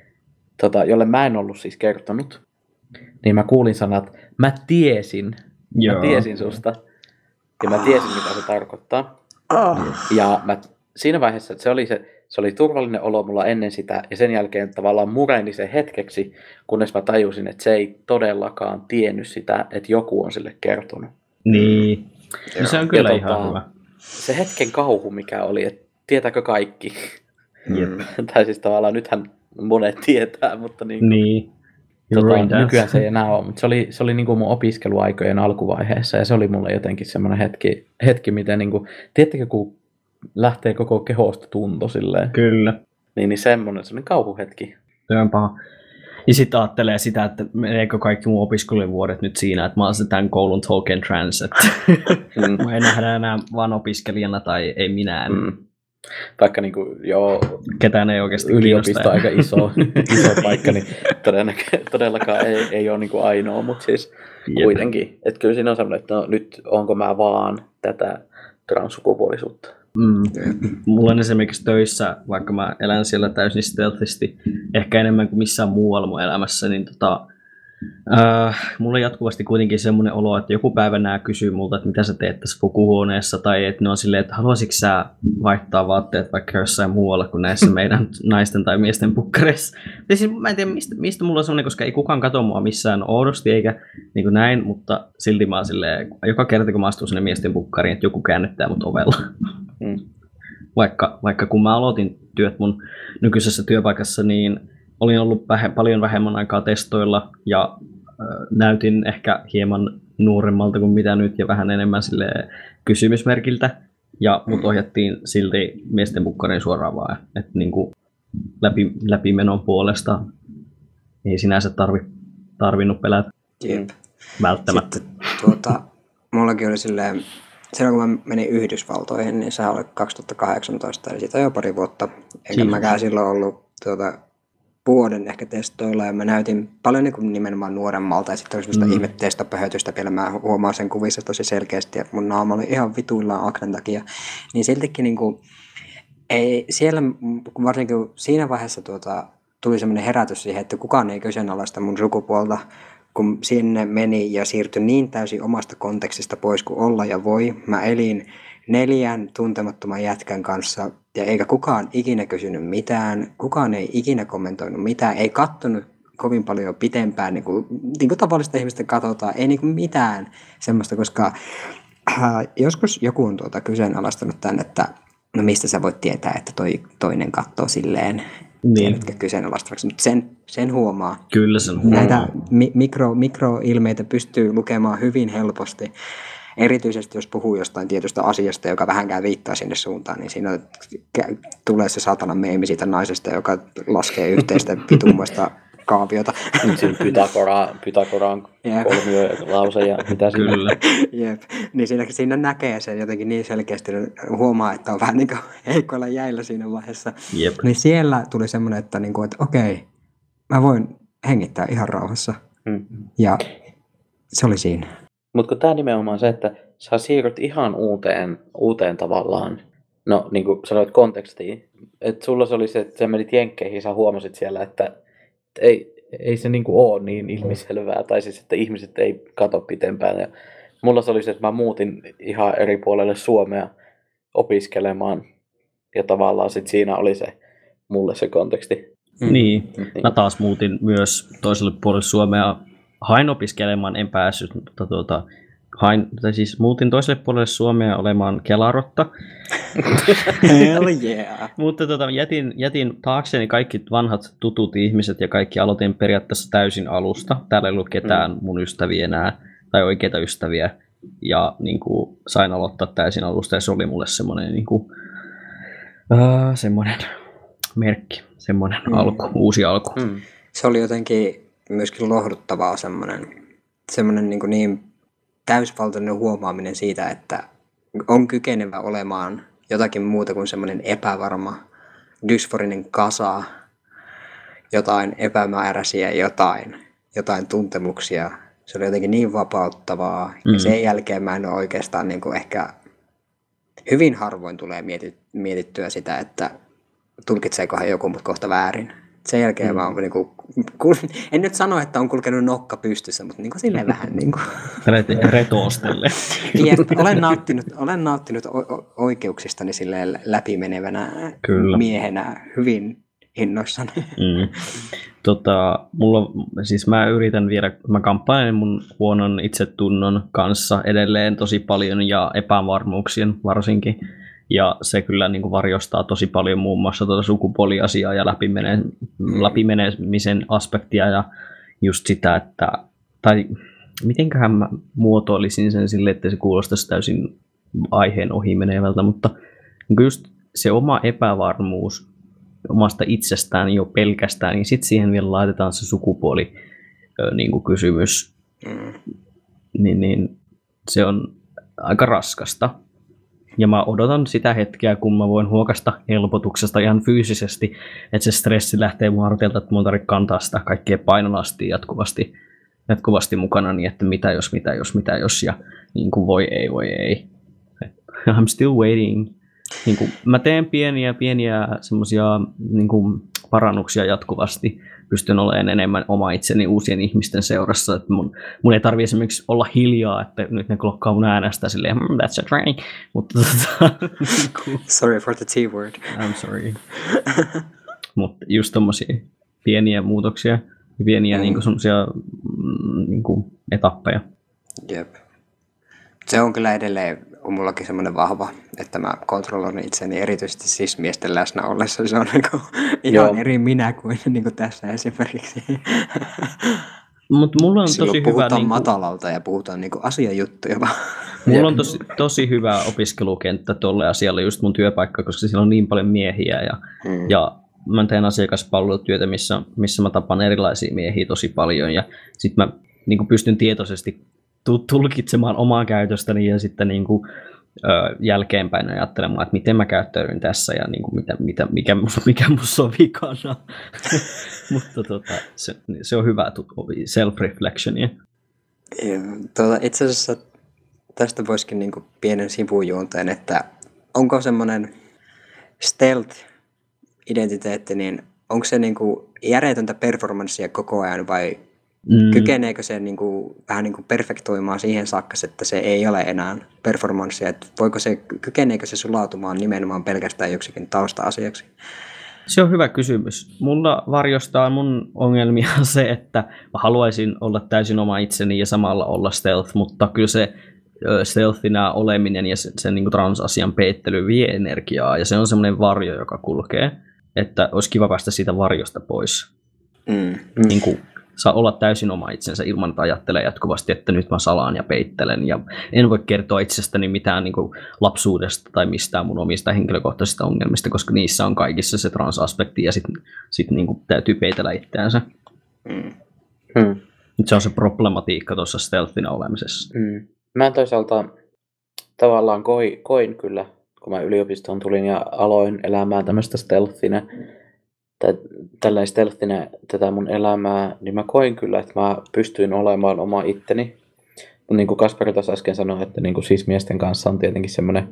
tota, jolle mä en ollut siis kertonut, niin mä kuulin sanat, mä tiesin, Joo. mä tiesin susta, ja mä tiesin, mitä se tarkoittaa. Oh. Ja mä, siinä vaiheessa, että se oli, se, se oli turvallinen olo mulla ennen sitä, ja sen jälkeen tavallaan mureni se hetkeksi, kunnes mä tajusin, että se ei todellakaan tiennyt sitä, että joku on sille kertonut. Niin, no, se on kyllä ja ihan tota, hyvä. Se hetken kauhu, mikä oli, että tietääkö kaikki? Jep. Tai siis tavallaan nythän monet tietää, mutta niin, niin. Tota, nykyään se ei enää ole, mutta se oli, se oli niin kuin mun opiskeluaikojen alkuvaiheessa ja se oli mulle jotenkin semmoinen hetki, hetki miten niin kuin, tiedättekö kun lähtee koko kehosta tunto silleen? Kyllä. Niin, niin semmoinen, semmoinen kauhuhetki. Se on paha. Ja sitten ajattelee sitä, että meneekö kaikki mun opiskeluvuodet nyt siinä, että mä oon se tämän koulun token trans, että mm. mä en nähdä enää vaan opiskelijana tai ei minään. Mm. Vaikka niin kuin, joo, ketään ei oikeasti yliopisto aika iso, iso paikka, niin todellakaan ei, ei ole niin kuin ainoa, mutta siis Jep. kuitenkin. Että kyllä siinä on sellainen, että no, nyt onko mä vaan tätä transsukupuolisuutta. Mm. Mulla on esimerkiksi töissä, vaikka mä elän siellä täysin stealthisti, ehkä enemmän kuin missään muualla mun elämässä, niin tota, äh, mulla on jatkuvasti kuitenkin semmoinen olo, että joku päivä nää kysyy multa, että mitä sä teet tässä pukuhuoneessa, tai että ne on silleen, että haluaisitko sä vaihtaa vaatteet vaikka jossain muualla kuin näissä meidän naisten tai miesten pukkareissa. Ja siis mä en tiedä, mistä, mistä mulla on semmoinen, koska ei kukaan katso mua missään oudosti eikä niin kuin näin, mutta silti mä oon silleen, joka kerta kun mä astun sinne miesten pukkariin, että joku käännettää mut ovella. Mm. Vaikka, vaikka kun mä aloitin työt mun nykyisessä työpaikassa, niin olin ollut vähe, paljon vähemmän aikaa testoilla ja äh, näytin ehkä hieman nuoremmalta kuin mitä nyt ja vähän enemmän silleen kysymysmerkiltä. Ja mut ohjattiin silti miesten bukkariin suoraan vaan. Että niinku läpi, läpimenon puolesta ei sinänsä tarvi, tarvinnut pelätä. Jep. Välttämättä. Sitten, tuota, mullakin oli silleen, silloin kun mä menin Yhdysvaltoihin, niin se oli kaksituhattakahdeksantoista, eli siitä on jo pari vuotta. Eikä mäkään silloin ollut tuota, vuoden ehkä testoilla ja mä näytin paljon niin kuin nimenomaan nuoremmalta ja sitten oli semmoista mm. ihmetestopöhötystä vielä, mä huomaan sen kuvissa tosi selkeästi ja mun naama oli ihan vituillaan aknen takia, niin siltikin niin kuin, ei siellä, varsinkin siinä vaiheessa tuota, tuli semmoinen herätys siihen, että kukaan ei kyseenalaista mun sukupuolta, kun sinne meni ja siirtyi niin täysin omasta kontekstista pois kuin olla ja voi. Mä elin neljän tuntemattoman jätkän kanssa ja eikä kukaan ikinä kysynyt mitään, kukaan ei ikinä kommentoinut mitään, ei kattonut kovin paljon pitempään, niin kuin, niin kuin tavallista ihmistä katsotaan, ei niin kuin mitään semmoista, koska äh, joskus joku on tuota kyseenalaistanut tämän, että no mistä sä voit tietää, että toi toinen katsoo silleen, niin. kyseenalaistavaksi, mutta sen, sen huomaa. Kyllä sen huomaa. Näitä mi- mikro, mikroilmeitä pystyy lukemaan hyvin helposti. Erityisesti jos puhuu jostain tietystä asiasta, joka vähänkään viittaa sinne suuntaan, niin siinä tulee se saatanan meemi siitä naisesta, joka laskee yhteistä pituumuista kaaviota. Siinä Pythagora, Pythagoran kolmiolause ja mitä siinä. Kyllä. Jep. Niin siinä, siinä näkee sen jotenkin niin selkeästi, huomaa, että on vähän niin kuin heikoilla jäillä siinä vaiheessa. Jep. Niin siellä tuli semmoinen, että, niin kuin, että okei, mä voin hengittää ihan rauhassa. Mm. Ja se oli siinä. Mutta tämä nimenomaan se, että sä siirryt ihan uuteen, uuteen tavallaan, no niin kuin sanoit kontekstiin, että sulla se oli se, että sä menit jenkkeihin, sä huomasit siellä, että ei, ei se niin kuin ole niin ilmiselvää, tai siis, että ihmiset ei katso pitempään. Ja mulla se oli se, että mä muutin ihan eri puolelle Suomea opiskelemaan, ja tavallaan sit siinä oli se mulle se konteksti. Mm. Niin, mä taas muutin myös toiselle puolelle Suomea. Hain opiskelemaan, en päässyt, mutta tuota, hain, tai siis muutin toiselle puolelle Suomea olemaan kelarotta. Hell yeah! Mutta tuota, jätin, jätin taakseni kaikki vanhat tutut ihmiset ja kaikki aloitin periaatteessa täysin alusta. Täällä ei ollut ketään mun ystäviä enää, tai oikeita ystäviä. Ja niin kuin, sain aloittaa täysin alusta ja se oli mulle semmoinen, niin kuin, uh, semmoinen merkki, semmoinen mm. alku, uusi alku. Mm. Se oli jotenkin myöskin lohduttavaa semmoinen, semmoinen niin, niin täysvaltainen huomaaminen siitä, että on kykenevä olemaan jotakin muuta kuin semmoinen epävarma, dysforinen kasa, jotain epämääräisiä, jotain, jotain tuntemuksia. Se oli jotenkin niin vapauttavaa. Mm. Ja sen jälkeen mä en ole oikeastaan niin kuin ehkä hyvin harvoin tulee mietittyä sitä, että tulkitseekohan joku mut kohta väärin. Sen jälkeen mm. mä oon niinku, en nyt sano, että on kulkenut nokka pystyssä, mutta niinku silleen vähän niinku. Retoostelle. Jep, olen nauttinut, olen nauttinut o- oikeuksistani silleen läpimenevänä Kyllä. miehenä hyvin innoissani. Mm. Tota, mulla, siis mä yritän vielä, mä kamppailen mun huonon itsetunnon kanssa edelleen tosi paljon ja epävarmuuksien varsinkin. Ja se kyllä niin kuin varjostaa tosi paljon muun muassa tuota sukupuoliasiaa ja läpimene, mm. läpimenemisen aspektia ja just sitä, että, tai mitenköhän mä muotoilisin sen silleen, että se kuulostaisi täysin aiheen ohi menevältä, mutta niin just se oma epävarmuus omasta itsestään jo pelkästään, niin sitten siihen vielä laitetaan se sukupuoli niin kuin kysymys, mm. niin, niin se on aika raskasta. Ja mä odotan sitä hetkeä, kun mä voin huokasta helpotuksesta ihan fyysisesti, että se stressi lähtee mun harteilta, että mun tarvitsee kantaa sitä kaikkea painolastia jatkuvasti, jatkuvasti mukana, niin että mitä jos, mitä jos, mitä jos, ja niin kuin voi ei, voi ei. I'm still waiting. Niin kuin, mä teen pieniä, pieniä semmoisia niin kuin parannuksia jatkuvasti. Pystyn olemaan enemmän oma itseni uusien ihmisten seurassa. Että mun, mun ei tarvitse esimerkiksi olla hiljaa, että nyt ne klokkaa mun äänestä silleen, mm, that's a train. Mutta sorry for the T-word. I'm sorry. Mutta just tommosia pieniä muutoksia, pieniä mm. niinku semmosia niinku etappeja. Jep. Se on kyllä edelleen on mullakin semmoinen vahva, että mä kontrolloin itseni erityisesti sis-miesten läsnä ollessa. Se on niinku ihan Joo. eri minä kuin niinku tässä esimerkiksi. Mut mulla on Silloin tosi puhutaan hyvä, niinku, matalalta ja puhutaan niinku asiajuttuja vaan. Mulla on tosi, tosi hyvä opiskelukenttä tolle asialle, just mun työpaikka, koska siellä on niin paljon miehiä. Ja, hmm. ja mä teen asiakaspalvelutyötä, missä, missä mä tapaan erilaisia miehiä tosi paljon. Ja sit mä niinku pystyn tietoisesti tulkitsemaan omaa käytöstäni ja sitten niin kuin ö, jälkeenpäin ajattelemaan, että miten mä käyttäydyn tässä ja niin kuin mitä, mitä, mikä, mikä musta on vikana. Mutta tota, se, se on hyvä self-reflectionia. Tuota, itse asiassa tästä voisikin niin kuin pienen sivujuonteen, että onko semmoinen stealth-identiteetti, niin onko se niin kuin järjetöntä performanssia koko ajan vai mm. kykeneekö se niin kuin, vähän niin kuin perfektoimaan siihen saakka, että se ei ole enää performanssia, että voiko se, kykeneekö se sulautumaan nimenomaan pelkästään joksikin tausta-asiaksi? Se on hyvä kysymys. Mulla varjostaa mun ongelmia se, että mä haluaisin olla täysin oma itseni ja samalla olla stealth, mutta kyllä se stealthina oleminen ja sen, sen niin kuin transasian peittely vie energiaa ja se on semmoinen varjo, joka kulkee, että olisi kiva päästä siitä varjosta pois. Mm. Niin kuin, saa olla täysin oma itsensä ilman, että ajattelee jatkuvasti, että nyt mä salaan ja peittelen ja en voi kertoa itsestäni mitään niin kuin lapsuudesta tai mistään mun omista henkilökohtaisista ongelmista, koska niissä on kaikissa se transaspekti ja sitten sit niin kuin täytyy peitellä itseänsä. Mm. Mm. Se on se problematiikka tuossa stealthina olemisessa. Mm. Mä toisaalta tavallaan koin, koin kyllä, kun mä yliopistoon tulin ja aloin elämään tämmöistä stealthina, tai tällainen stealthina tätä mun elämää, niin mä koin kyllä, että mä pystyin olemaan oma itteni. Mutta niin kuin Kasperi tuossa äsken sanoi, että niin kuin siis miesten kanssa on tietenkin semmoinen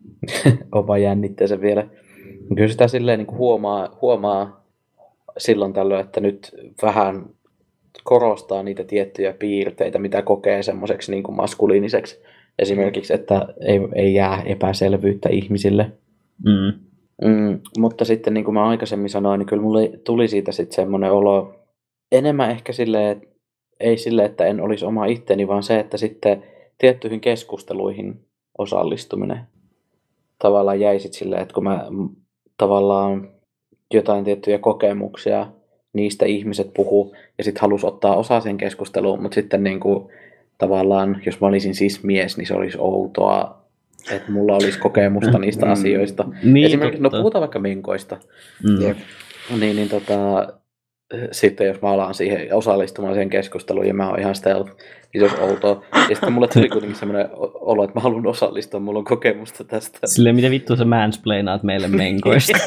oma jännitteensä vielä. Kyllä sitä silleen niin kuin huomaa, huomaa silloin tällöin, että nyt vähän korostaa niitä tiettyjä piirteitä, mitä kokee semmoiseksi niin kuin maskuliiniseksi. Esimerkiksi, että ei, ei jää epäselvyyttä ihmisille. Mm. Mm, mutta sitten niin kuin mä aikaisemmin sanoin, niin kyllä mulle tuli siitä sitten semmoinen olo enemmän ehkä silleen, ei sille, että en olisi oma itteni, vaan se, että sitten tiettyihin keskusteluihin osallistuminen tavallaan jäi sitten silleen, että kun mä tavallaan jotain tiettyjä kokemuksia, niistä ihmiset puhuu ja sitten halusi ottaa osaa sen keskusteluun, mutta sitten niin kuin, tavallaan, jos mä olisin siis mies, niin se olisi outoa, että mulla olisi kokemusta niistä mm. asioista. Niin, esimerkiksi, totta. No puhutaan vaikka minkoista. Mm. Yep. Niin, niin tota, sitten jos mä alan siihen osallistumaan siihen keskusteluun ja mä oon ihan stealth, niin se olisi outoa. Ja sitten mulle tuli kuitenkin semmoinen olo, että mä haluan osallistua, mulla on kokemusta tästä. Silleen, mitä vittua sä mansplainaat meille menkoista?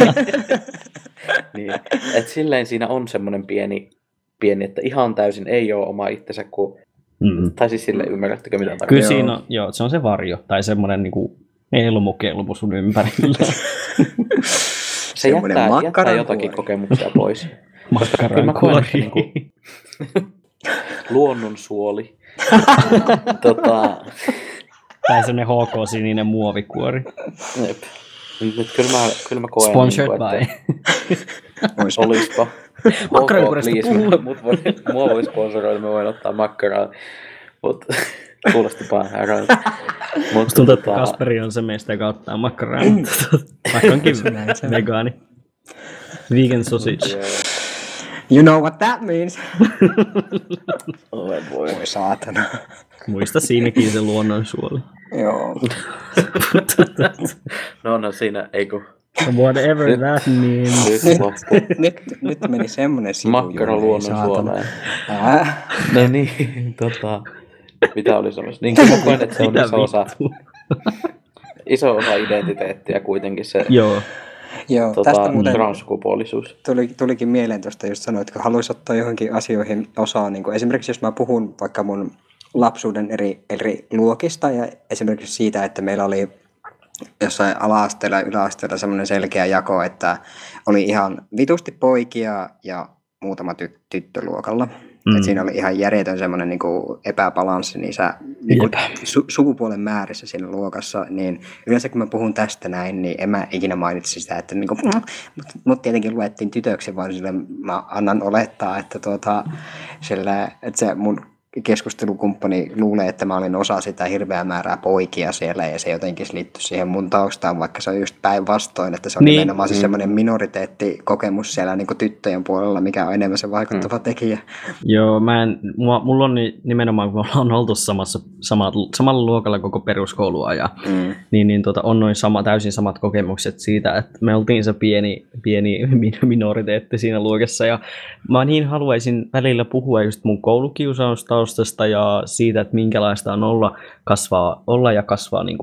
Niin, että silleen siinä on semmoinen pieni, pieni, että ihan täysin ei ole oma itsensä kuin Mm. Tai siis sille ymmärrättekö mitä tarkoittaa? Kyllä siinä on, joo, se on se varjo, tai semmoinen niinku elmukelmu sun ympärillä. Se jättää, jättää jotakin kokemuksia pois. Makkarankuori. Niinku, luonnonsuoli. tota... Tai semmoinen H K-sininen muovikuori. Jep. Nyt kyllä mä, kyllä mä koen, Sponsored niin by. Olispa. Makkarankuoresta puhuu. Mut voi, mua voi sponsoroida, mä voin ottaa makkaraa. Mut kuulosti vaan härältä. Musta tuntuu, että Kasperi on se meistä, joka ottaa makkaraa. Vaikka onkin vegaani. Vegan sausage. You know what that means. Oi voi. Voi saatana. Muista siinäkin se luonnonsuoli. Joo. No no siinä, ei kun. Whatever nyt, that means. Nyt, nyt, nyt, nyt meni semmonen sivu. Makkara luonnonsuoleen. No niin, tota. Mitä oli semmoista? Niin kyllä mä koen, että se on iso osa, iso osa identiteettiä kuitenkin se. Joo. Joo, tota, tästä muuten transsukupuolisuus. Tuli, tulikin mieleen tuosta, just sanoit, että haluaisi ottaa johonkin asioihin osaa. Niin kuin esimerkiksi jos mä puhun vaikka mun lapsuuden eri, eri luokista ja esimerkiksi siitä, että meillä oli jossain ala-asteella ja yläasteella semmoinen selkeä jako, että oli ihan vitusti poikia ja muutama ty- tyttöluokalla. Mm. Et siinä oli ihan järjetön semmoinen niinku epäbalanssi niissä niinku su- sukupuolen määrissä siinä luokassa. Niin yleensä kun mä puhun tästä näin, niin en mä ikinä mainitsi sitä, että niinku, mutta mut tietenkin luettiin tytöksi, vaan sille mä annan olettaa, että, tuota, sillä, että se mun keskustelukumppani luulee, että mä olin osa sitä hirveää määrää poikia siellä ja se jotenkin liittyy siihen mun taustaan, vaikka se on just päinvastoin, että se on niin, nimenomaan mm. se semmoinen minoriteettikokemus siellä niin kuin tyttöjen puolella, mikä on enemmän se vaikuttava mm. tekijä. Joo, mä en, mulla on nimenomaan, kun me ollaan oltu samassa, sama, samalla luokalla koko peruskoulua ja mm. niin, niin tota, on noin sama, täysin samat kokemukset siitä, että me oltiin se pieni, pieni minoriteetti siinä luokassa ja mä niin haluaisin välillä puhua just mun koulukiusausta ja siitä, että minkälaista on olla, kasvaa, olla ja kasvaa niin kuin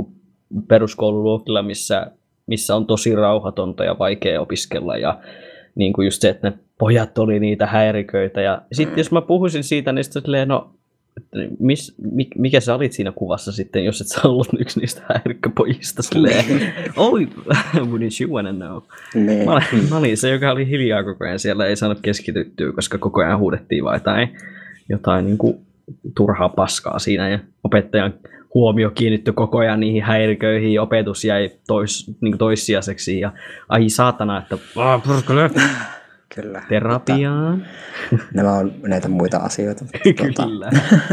peruskoululuokilla, missä, missä on tosi rauhatonta ja vaikea opiskella ja niin kuin just se, että ne pojat oli niitä häiriköitä ja sitten mm. jos mä puhuisin siitä, niin sitten silleen, no Mis, mikä sä olit siinä kuvassa sitten, jos et sä ollut yksi niistä häirikköpojista? Silleen, oh, wouldn't you wanna know? Mä olin, mä olin se, joka oli hiljaa koko ajan siellä, ei saanut keskityttyä, koska koko ajan huudettiin vaan jotain, jotain niin kuin turhaa paskaa siinä. Ja opettajan huomio kiinnittyi koko ajan niihin häiriköihin, ja opetus jäi tois, niin kuin toissijaiseksi. Ja ai saatana, että Kyllä. Terapiaan. Nämä on näitä muita asioita. Kyllä.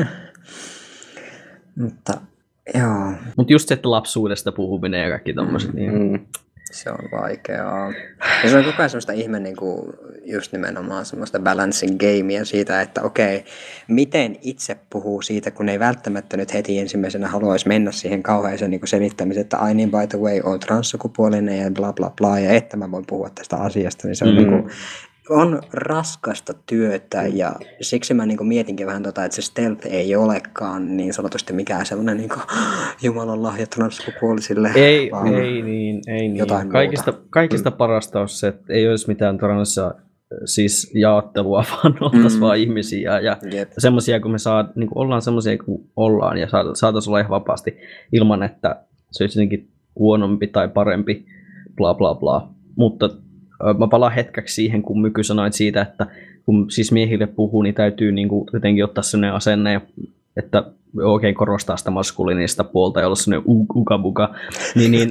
Mutta joo. Mutta just se, että lapsuudesta puhuminen ja kaikki tommoset. Mm. Niin. Se on vaikeaa. Ja se on koko ajan semmoista ihme, niin kuin just nimenomaan semmoista balancing gamea siitä, että okei, miten itse puhuu siitä, kun ei välttämättä nyt heti ensimmäisenä haluaisi mennä siihen kauheeseen niin selittämiseen, että ai niin, by the way, on transsukupuolinen ja bla bla bla, ja että mä voin puhua tästä asiasta, niin se on mm. niin kuin, on raskasta työtä ja siksi mä niin kuin mietinkin vähän tota, että se stealth ei olekaan niin sanotusti mikään sellainen niin kuin, Jumalan lahja transsukupuolisille. Ei, ei niin, ei niin. Jotain kaikista, kaikista mm. parasta on se, että ei olisi mitään trans siis jaottelua, vaan oltaisiin mm. vaan ihmisiä ja yep. semmoisia, kun me saa, niin kuin ollaan semmoisia kuin ollaan ja saataisiin olla ihan vapaasti ilman, että se olisi jotenkin huonompi tai parempi, bla bla bla. Mutta mä palaan hetkeksi siihen, kun Myky sanoit siitä, että kun siis miehille puhuu, niin täytyy niin kuin jotenkin ottaa sellainen asenne, että oikein korostaa sitä maskuliinista puolta ja olla sellainen ukabuka. Niin, niin,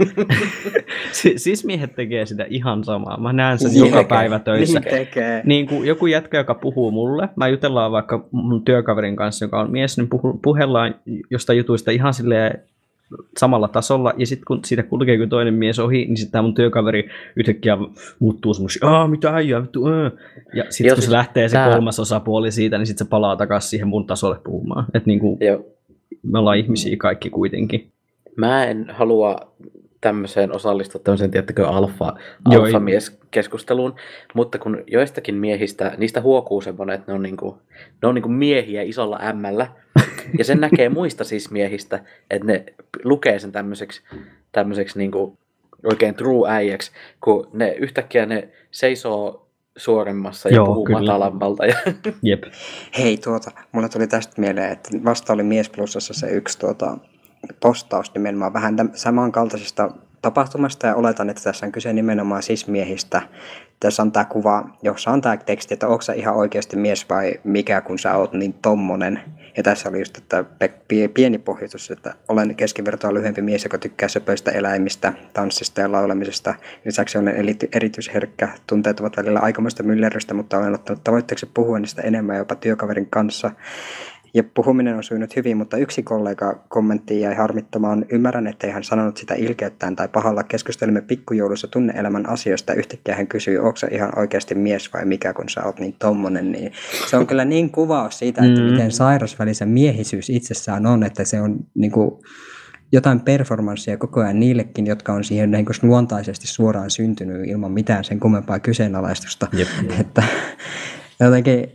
siis miehet tekee sitä ihan samaa. Mä näen sen niin joka tekee. Päivä töissä. Niin niin kuin joku jätkä, joka puhuu mulle, mä jutellaan vaikka mun työkaverin kanssa, joka on mies, niin puhu, puhellaan jostain jutuista ihan silleen samalla tasolla, ja sitten kun siitä kulkee kun toinen mies ohi, niin sitten tämä mun työkaveri yhtäkkiä muuttuu semmoisia, aah, mitä äijää, vittu, äh. Ja sitten kun se lähtee se tää... kolmas osapuoli siitä, niin sitten se palaa takaisin siihen mun tasolle puhumaan. Että niinku, me ollaan ihmisiä kaikki kuitenkin. Mä en halua tämmöiseen osallistua tämmöiseen, tiettäkö, alfa, alfamieskeskusteluun, mutta kun joistakin miehistä, niistä huokuu semmoinen, että ne on, niinku, ne on niinku miehiä isolla ämmällä, ja sen näkee muista siis miehistä, että ne lukee sen tämmöiseksi, tämmöiseksi niinku oikein true äijäksi, kun ne yhtäkkiä ne seisoo suoremmassa ja Joo, puhuu kyllä. matalammalta. Ja... Jep. Hei, tuota, mulle tuli tästä mieleen, että vasta oli Mies Plusassa se yksi tuota, postaus nimenomaan vähän täm- samankaltaisesta tapahtumasta, ja oletan, että tässä on kyse nimenomaan sis-miehistä. Tässä on tämä kuva, jossa on tämä teksti, että onko sä ihan oikeasti mies vai mikä, kun sä oot niin tommonen. Ja tässä oli just että pieni pohjutus, että olen keskivertoa lyhyempi mies, joka tykkää söpöistä eläimistä, tanssista ja laulemisesta. Lisäksi olen erityisherkkä. Tunteet ovat välillä aikamoista myllerrystä, mutta olen ottanut tavoitteeksi puhua niistä enemmän jopa työkaverin kanssa. Ja puhuminen on sujunut hyvin, mutta yksi kollega kommentti jäi harmittamaan. Ymmärrän, ettei hän sanonut sitä ilkeyttään tai pahalla. Keskustelimme pikkujoulussa tunne-elämän asioista. Yhtäkkiä hän kysyi, onko sä ihan oikeasti mies vai mikä, kun sä oot niin tommonen. Niin se on kyllä niin kuvaus siitä, että miten sairasvälisen miehisyys itsessään on, että se on niin kuin jotain performanssia koko ajan niillekin, jotka on siihen niin kuin luontaisesti suoraan syntynyt ilman mitään sen kummempaa kyseenalaistusta. Jep. Että jotenkin...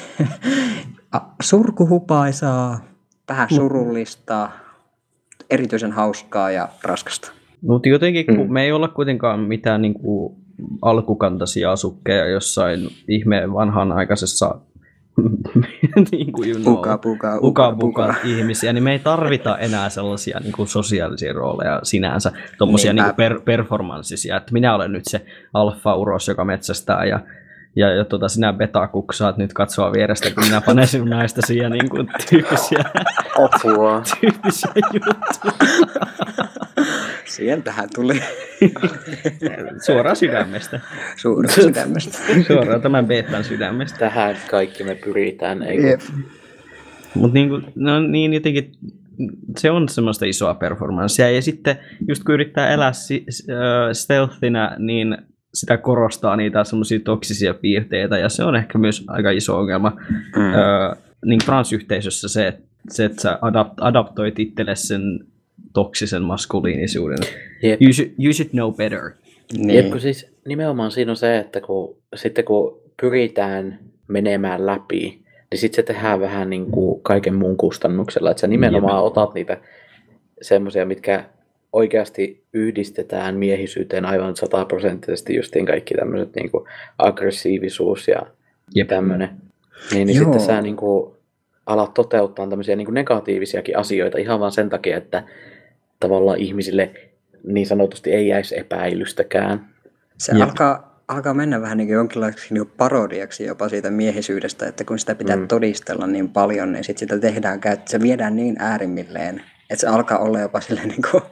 surkuhupaisaa, vähän surullista, erityisen hauskaa ja raskasta. Mutta jotenkin, kun mm. me ei olla kuitenkaan mitään niin kuin alkukantaisia asukkeja jossain ihmeen vanhanaikaisessa niin kuin, you know, uka, puka, uka, uka, puka. puka ihmisiä, niin me ei tarvita enää sellaisia niin kuin sosiaalisia rooleja sinänsä, tuommoisia niin per, performanssisia, että minä olen nyt se alfa-uros, joka metsästää ja Ja, ja tota, sinä beta-kukku saat nyt katsoa vierestä, kun minä panen sinun näistä siihen niin kuin tyyppisiä, tyyppisiä juttuja. Sieltähän tuli. Suoraan sydämestä. Suoraan sydämestä. Suoraan tämän betan sydämestä. Tähän kaikki me pyritään, eikö? Mutta niin, no, niin jotenkin se on semmoista isoa performanssia. Ja sitten just kun yrittää elää si- uh, stealthina, niin sitä korostaa niitä semmoisia toksisia piirteitä, ja se on ehkä myös aika iso ongelma mm. öö, niin transyhteisössä se, että, se, että sä adapt, adaptoit itselle sen toksisen maskuliinisuuden. Yep. You, should, you should know better. Niin. Jep, kun siis nimenomaan siinä on se, että kun, sitten kun pyritään menemään läpi, niin sitten se tehdään vähän niin kuin kaiken muun kustannuksella, että sä nimenomaan Jep. otat niitä semmoisia, mitkä oikeasti yhdistetään miehisyyteen aivan sataprosenttisesti justiin kaikki tämmöiset niin kuin aggressiivisuus ja Jep. tämmöinen, niin, niin Joo. sitten sä niin kuin alat toteuttaa tämmöisiä niin kuin negatiivisiakin asioita ihan vaan sen takia, että tavallaan ihmisille niin sanotusti ei jäisi epäilystäkään. Se Jep. alkaa, alkaa mennä vähän niin kuin jonkinlaiseksi niin kuin parodiaksi jopa siitä miehisyydestä, että kun sitä pitää Mm. mm. todistella niin paljon, niin sitten sitä tehdään, käy- se viedään niin äärimmilleen, että se alkaa olla jopa silleen niin kuin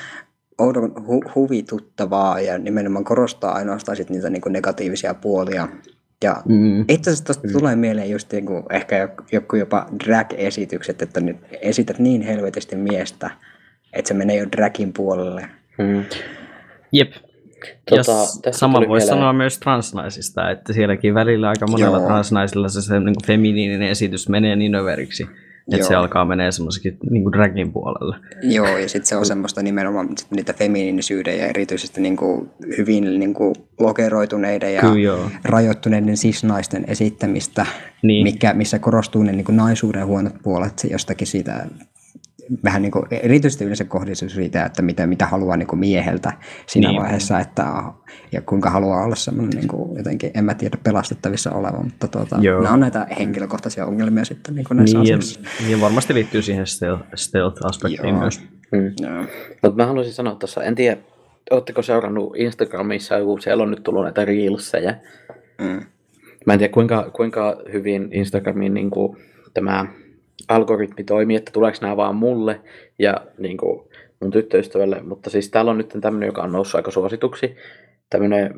oudon hu- huvituttavaa ja nimenomaan korostaa ainoastaan sit niitä niin kuin negatiivisia puolia. Ja Mm. itse asiassa tuosta tulee mieleen just niin kuin ehkä joku- joku jopa drag-esitykset, että nyt esität niin helvetisti miestä, että se menee jo dragin puolelle. Hmm. Jep. Tota, Ja tästä sama tuli voisi mieleen- sanoa myös transnaisista, että sielläkin välillä aika monella Joo. transnaisilla se, se niin kuin feminiininen esitys menee niin överiksi, että Joo. se alkaa menee semmoisikin niin kuin dragin puolelle. Joo, ja sitten se on semmoista nimenomaan sit niitä feminiinisyyden ja erityisesti niinku hyvin niinku lokeroituneiden ja Kyllä joo. rajoittuneiden sisnaisten esittämistä, Niin. mikä, missä korostuu ne niinku naisuuden huonot puolet se jostakin siitä, vähän niinku, erityisesti yleensä kohdistuu siitä, että mitä, mitä haluaa niinku mieheltä siinä Niin. vaiheessa, että, ja kuinka haluaa olla semmoinen niinku, jotenkin, en mä tiedä, pelastettavissa oleva, mutta tuota, Joo. nämä on näitä henkilökohtaisia ongelmia sitten niinku näissä Niin, ja, asioissa. ja varmasti liittyy siihen stealth- stealth-aspektiin Joo. myös. Hmm. Joo. Mutta mä haluaisin sanoa tuossa, en tiedä, ootteko seurannut Instagramissa, kun siellä on nyt tullut näitä reelsejä. Mm. Mä en tiedä, kuinka, kuinka hyvin Instagramin niin kuin, tämä algoritmi toimii, että tuleeko nämä vaan mulle ja niin kuin, mun tyttöystävälle, mutta siis täällä on nyt tämmöinen, joka on noussut aika suosituksi. Tämmöinen,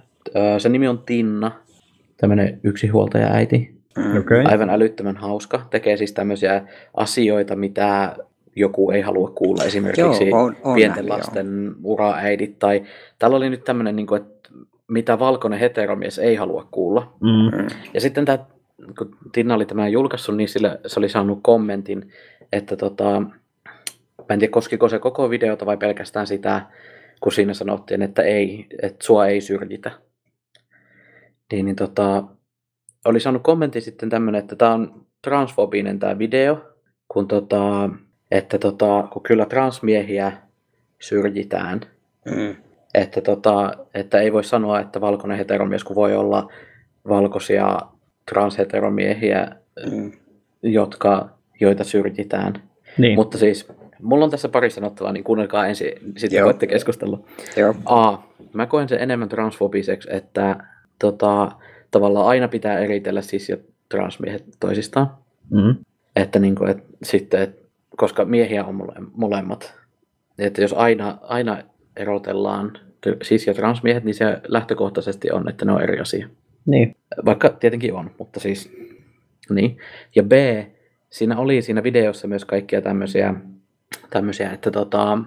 äh, se nimi on Tinna, tämmöinen yksinhuoltaja äiti. Mm. Okei. Aivan älyttömän hauska. Tekee siis tämmöisiä asioita, mitä joku ei halua kuulla. Esimerkiksi Joo, on- on pienten nähnyt, lasten uraäidit. Tai täällä oli nyt tämmöinen, niin kuin, että mitä valkoinen heteromies ei halua kuulla. Mm. Mm. Ja sitten tämä, kun Tinna oli tämän julkaissut, niin sille, se oli saanut kommentin, että tota, mä en tiedä koskiko se koko videota vai pelkästään sitä, kun siinä sanottiin, että ei, että sua ei syrjitä. Niin, niin tota, oli saanut kommentin sitten tämmönen, että tämä on transfobinen tämä video, kun tota, että tota, kun kyllä transmiehiä syrjitään, Mm. että, tota, että ei voi sanoa, että valkoinen heteromies, kun voi olla valkoisia transheteromiehiä, Mm. jotka, joita syrjitään. Niin. Mutta siis, mulla on tässä pari sanottavaa, niin kuunnelkaa ensin, sitten Joo. voitte keskustella. Joo. A, mä koen sen enemmän transfobiseksi, että tota, tavallaan aina pitää eritellä sis- ja transmiehet toisistaan. Mm. Että niinku, et, sitten, et, koska miehiä on mole, molemmat. Että jos aina, aina erotellaan t- sis- ja transmiehet, niin se lähtökohtaisesti on, että ne on eri asia. Niin. Vaikka tietenkin on, mutta siis niin. Ja B, siinä oli siinä videossa myös kaikkia tämmöisiä, tämmöisiä että tota,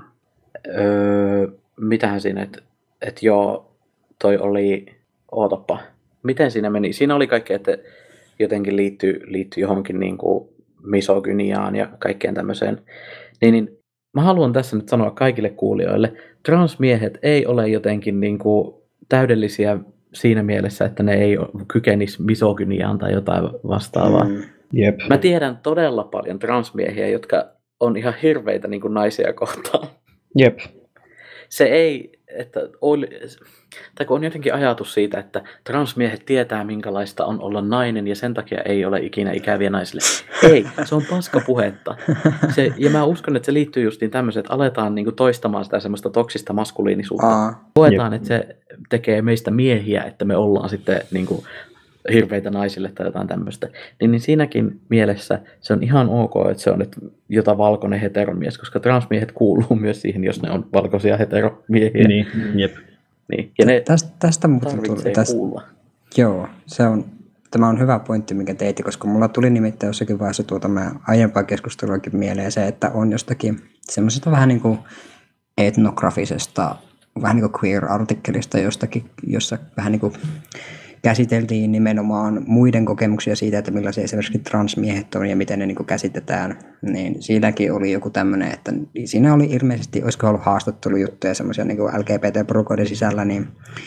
öö, mitähän siinä, että et joo, toi oli, ootappa, miten siinä meni? Siinä oli kaikkea, että jotenkin liittyy, liittyy johonkin niin kuin misogyniaan ja kaikkeen tämmöiseen. Niin, niin mä haluan tässä nyt sanoa kaikille kuulijoille, transmiehet ei ole jotenkin niin kuin täydellisiä siinä mielessä, että ne ei kykenisi misogyniaan tai jotain vastaavaa. Mm. Mm. Jep. Mä tiedän todella paljon transmiehiä, jotka on ihan hirveitä niin kuin naisia kohtaan. Jep. Se ei, että oli, tai kun on jotenkin ajatus siitä, että transmiehet tietää minkälaista on olla nainen ja sen takia ei ole ikinä ikäviä naisille. Ei, se on paskapuhetta. Se, ja mä uskon, että se liittyy justiin tämmöiseen, että aletaan niinku toistamaan sitä semmoista toksista maskuliinisuutta. Aa. Koetaan, että se tekee meistä miehiä, että me ollaan sitten niinku hirveitä naisille tai jotain tämmöistä. Niin, niin siinäkin mielessä se on ihan ok, että se on nyt jotain valkoinen heteromies, koska transmiehet kuuluu myös siihen, jos ne on valkoisia heteromiehiä. Niin. Jep. Niin. Ja ne Tästä, tästä muuten tarvitsee tuli. Tästä, kuulla. joo, se on, tämä on hyvä pointti, mikä teitte, koska mulla tuli nimittäin jossakin vaiheessa tuota mä aiempaa keskusteluakin mieleen se, että on jostakin semmoisesta vähän niin kuin etnografisesta, vähän niin kuin queer-artikkelista jostakin, jossa vähän niin kuin käsiteltiin nimenomaan muiden kokemuksia siitä, että millaisia esimerkiksi transmiehet on ja miten ne niin kuin käsitetään, niin siinäkin oli joku tämmöinen, että siinä oli ilmeisesti, olisiko ollut haastattelujuttuja semmoisia niin kuin L G B T-porukoiden sisällä, niin,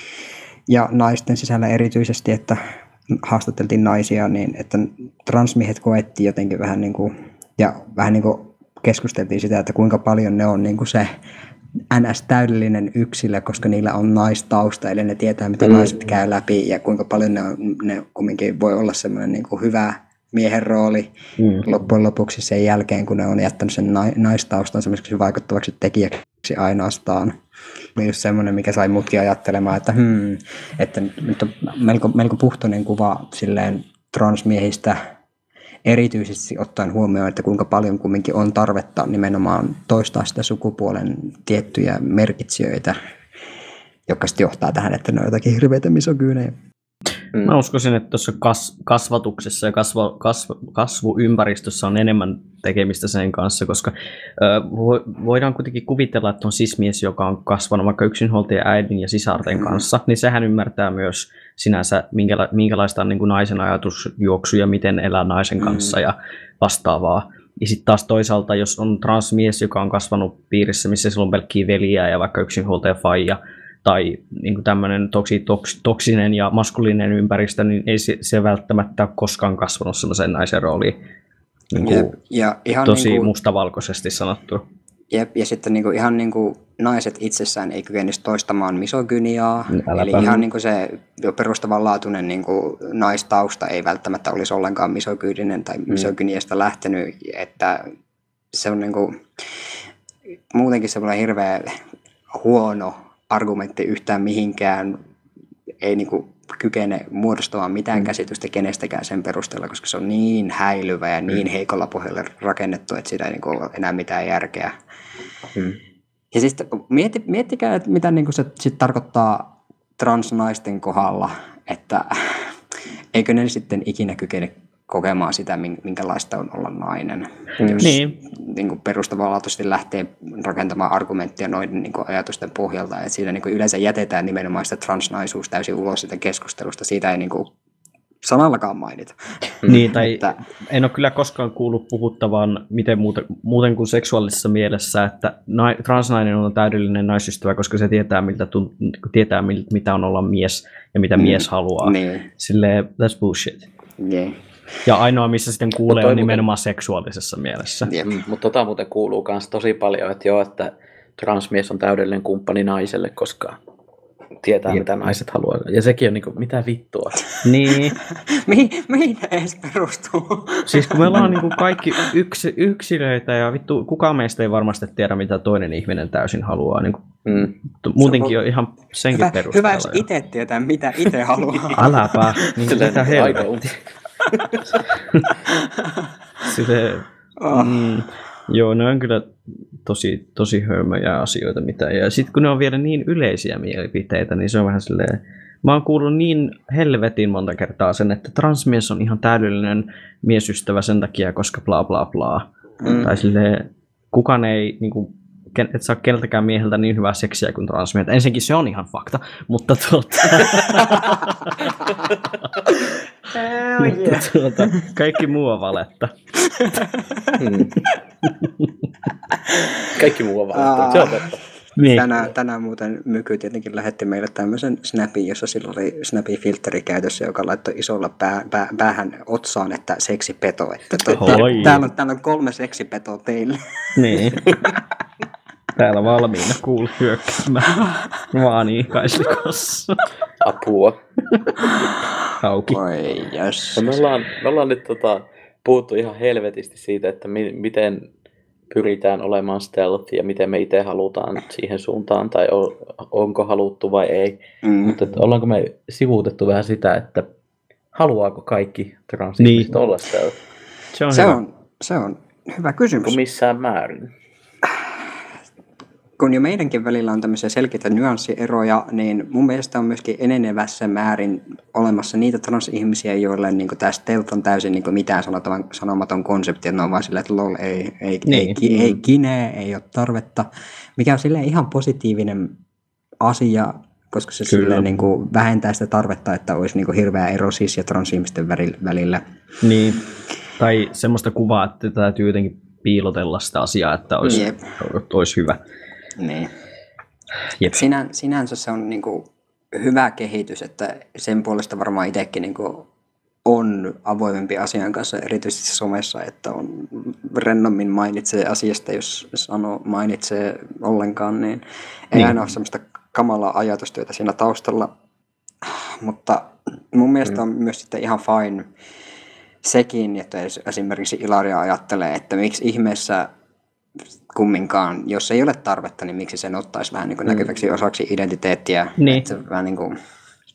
ja naisten sisällä erityisesti, että haastateltiin naisia, niin että transmiehet koettiin jotenkin vähän niin kuin, ja vähän niin kuin keskusteltiin sitä, että kuinka paljon ne on niin kuin se N S-täydellinen yksilö, koska niillä on naistausta, eli ne tietää, mitä mm. naiset käy läpi ja kuinka paljon ne, on, ne kumminkin voi olla semmoinen niin kuin hyvä miehen rooli mm. loppujen lopuksi sen jälkeen, kun ne on jättänyt sen naistaustan semmoiseksi vaikuttavaksi tekijäksi ainoastaan. Just semmoinen, mikä sai mutkin ajattelemaan, että, hmm, että nyt on melko, melko puhtoinen kuva silleen transmiehistä, erityisesti ottaen huomioon, että kuinka paljon kumminkin on tarvetta nimenomaan toistaa sitä sukupuolen tiettyjä merkitsijöitä, jotka sitten johtaa tähän, että ne on jotakin hirveitä misogyynejä. Mm. Mä uskoisin, että tuossa kas, kasvatuksessa ja kasva, kasv, kasvuympäristössä on enemmän tekemistä sen kanssa, koska ö, voidaan kuitenkin kuvitella, että on sismies, joka on kasvanut vaikka yksinhuoltajan äidin ja sisarten mm. kanssa, niin sehän ymmärtää myös sinänsä, minkäla, minkälaista on niin kuin naisen ajatusjuoksu ja miten elää naisen kanssa mm. ja vastaavaa. Ja sitten taas toisaalta, jos on transmies, joka on kasvanut piirissä, missä sillä on pelkkiä veliä ja vaikka yksinhuoltaja faija, tai niin tämmöinen toksi, toks, toksinen ja maskuliininen ympäristö, niin ei se, se välttämättä ole koskaan kasvanut sellaisen naisen rooliin. Niin jep, ja ihan tosi niin kuin, mustavalkoisesti sanottu. Jep, ja sitten niin kuin, ihan niin kuin naiset itsessään ei kykenisi toistamaan misogyniaa. Äläpä. Eli ihan niin kuin se jo perustavanlaatuinen niin kuin naistausta ei välttämättä olisi ollenkaan misogyyninen tai misogyniasta mm. lähtenyt. Että se on niin kuin, muutenkin semmoinen hirveä huono argumentti yhtään mihinkään, ei niinku kykene muodostamaan mitään mm. käsitystä kenestäkään sen perusteella, koska se on niin häilyvä ja niin heikolla pohjalla rakennettu, että siitä ei niinku ole enää mitään järkeä. Mm. Ja siis mietti, miettikää, että mitä niinku se sit tarkoittaa transnaisten kohdalla, että eikö ne sitten ikinä kykene kokemaan sitä, minkälaista on olla nainen. Mm. Jos niin. Niin kuin perustavanlaatuisesti lähtee rakentamaan argumenttia noiden niin kuin ajatusten pohjalta, että siinä niin kuin yleensä jätetään nimenomaan sitä transnaisuus täysin ulos sitä keskustelusta. Siitä ei niin kuin sanallakaan mainita. Niin, tai että, en ole kyllä koskaan kuullut puhuttavan miten muuten, muuten kuin seksuaalisessa mielessä, että na, transnainen on täydellinen naisystävä, koska se tietää, miltä, tietää miltä, mitä on olla mies ja mitä mm. mies haluaa. Niin. Silleen, that's bullshit. Yeah. Ja ainoa, missä sitten kuulee, on nimenomaan muuten seksuaalisessa mielessä. Yep. Mm, mutta tota muuten kuuluu myös tosi paljon, että joo, että transmies on täydellinen kumppani naiselle, koska tietää, Jep. mitä naiset haluaa. Ja sekin on niin kuin, mitä vittua. Niin. mihin, mihin edes perustuu? Siis kun me ollaan niin kuin kaikki yksi, yksilöitä ja vittu, kukaan meistä ei varmasti tiedä, mitä toinen ihminen täysin haluaa. Niin kuin, mm. Muutenkin on ihan senkin hyvä, perusteella. Hyvä, jos itse tietää, mitä itse haluaa. Äläpä. Niin mitä helvetti. Sitten, oh. mm, joo, ne on kyllä tosi, tosi hölmöjä asioita. Mitä. Ja sitten kun ne on vielä niin yleisiä mielipiteitä, niin se on vähän silleen... Mä oon kuullut niin helvetin monta kertaa sen, että transmies on ihan täydellinen miesystävä sen takia, koska bla bla bla. Mm. Tai silleen, kukaan ei... Niin kuin, et saa keneltäkään mieheltä niin hyvää seksiä kuin transmiehet. Ensinnäkin se on ihan fakta, mutta tuota... mutta tuota, kaikki muu on valetta. Hmm. Kaikki muu on valetta, se on totta. Niin. Tänään, tänään muuten Myky tietenkin lähetti meille tämmöisen snapin, jossa sillä oli snappi-filtteri käytössä, joka laittoi isolla pää, pää, päähän otsaan, että seksipeto. Että tuota, täällä, on, täällä on kolme seksipetoa teille. Niin. Täällä valmiina kuul hyökkäämään vaan iikaislikossa. Apua. Hauki. Oi jös. Me ollaan, me ollaan nyt tota, puhuttu ihan helvetisti siitä, että mi- miten pyritään olemaan stealth ja miten me itse halutaan siihen suuntaan, tai on, onko haluttu vai ei. Mm. Mutta ollaanko me sivuutettu vähän sitä, että haluaako kaikki transihmiset niin. olla stealth? Se on, se, on, se on hyvä kysymys. Onko missään määrin? Kun jo meidänkin välillä on tämmöisiä selkeitä nyanssieroja, niin mun mielestä on myöskin enenevässä määrin olemassa niitä transihmisiä, joille niin tämä stealth on täysin niin mitään sanomaton konsepti, että ne on vaan silleen, että lol, ei, ei, niin. ei, ei kine, ei ole tarvetta, mikä on silleen ihan positiivinen asia, koska se silleen niin kuin vähentää sitä tarvetta, että olisi niin kuin hirveä ero cis- ja transihmisten välillä. Niin, tai semmoista kuvaa, että täytyy jotenkin piilotella sitä asiaa, että olisi, Jep. olisi hyvä. Niin. Sinä, sinänsä se on niinku hyvä kehitys, että sen puolesta varmaan itsekin niinku on avoimempi asian kanssa, erityisesti somessa, että on rennommin mainitsee asiasta, jos sanoo mainitsee ollenkaan, niin ei niin. aina ole semmoista kamalaa ajatustyötä siinä taustalla. Mutta mun mielestä on myös sitten ihan fine sekin, että esimerkiksi Ilaria ajattelee, että miksi ihmeessä kumminkaan, jos ei ole tarvetta, niin miksi sen ottaisi vähän niin kuin näkyväksi osaksi identiteettiä. Niin. Että vähän niin kuin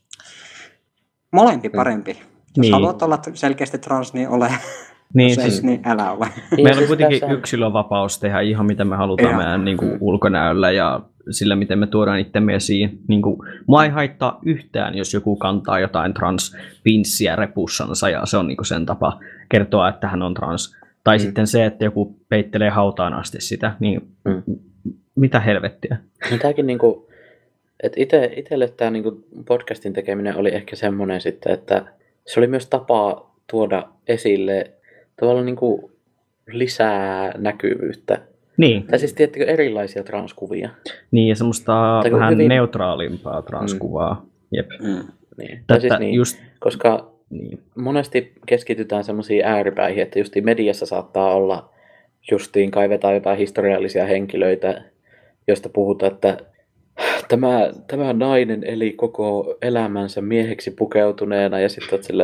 molempi parempi. Jos niin. haluat olla selkeästi trans, niin ole. Niin, Jos ei, siis, niin älä ole. Meillä on kuitenkin yksilönvapaus tehdä ihan mitä me halutaan ja. meidän niin kuin, ulkonäöllä ja sillä, miten me tuodaan itsemme esiin. Niin kuin, mua ei haittaa yhtään, jos joku kantaa jotain transpinssiä repussansa ja se on niin kuin sen tapa kertoa, että hän on trans. Tai mm. sitten se, että joku peittelee hautaan asti sitä, niin mm. mitä helvettiä. No tämäkin niinku, että ite, itselle tämä niinku podcastin tekeminen oli ehkä semmoinen sitten, että se oli myös tapa tuoda esille tavallaan niinku lisää näkyvyyttä. Niin. Tai siis tiettikö erilaisia transkuvia. Niin, ja semmoista tai vähän hyvin neutraalimpaa transkuvaa. Mm. Jep. Mm. Niin. Tai siis niin, just koska niin. monesti keskitytään semmoisiin ääripäihin, että justiin mediassa saattaa olla, justiin kaivetaan jotain historiallisia henkilöitä, joista puhutaan, että tämä, tämä nainen eli koko elämänsä mieheksi pukeutuneena ja sitten sille,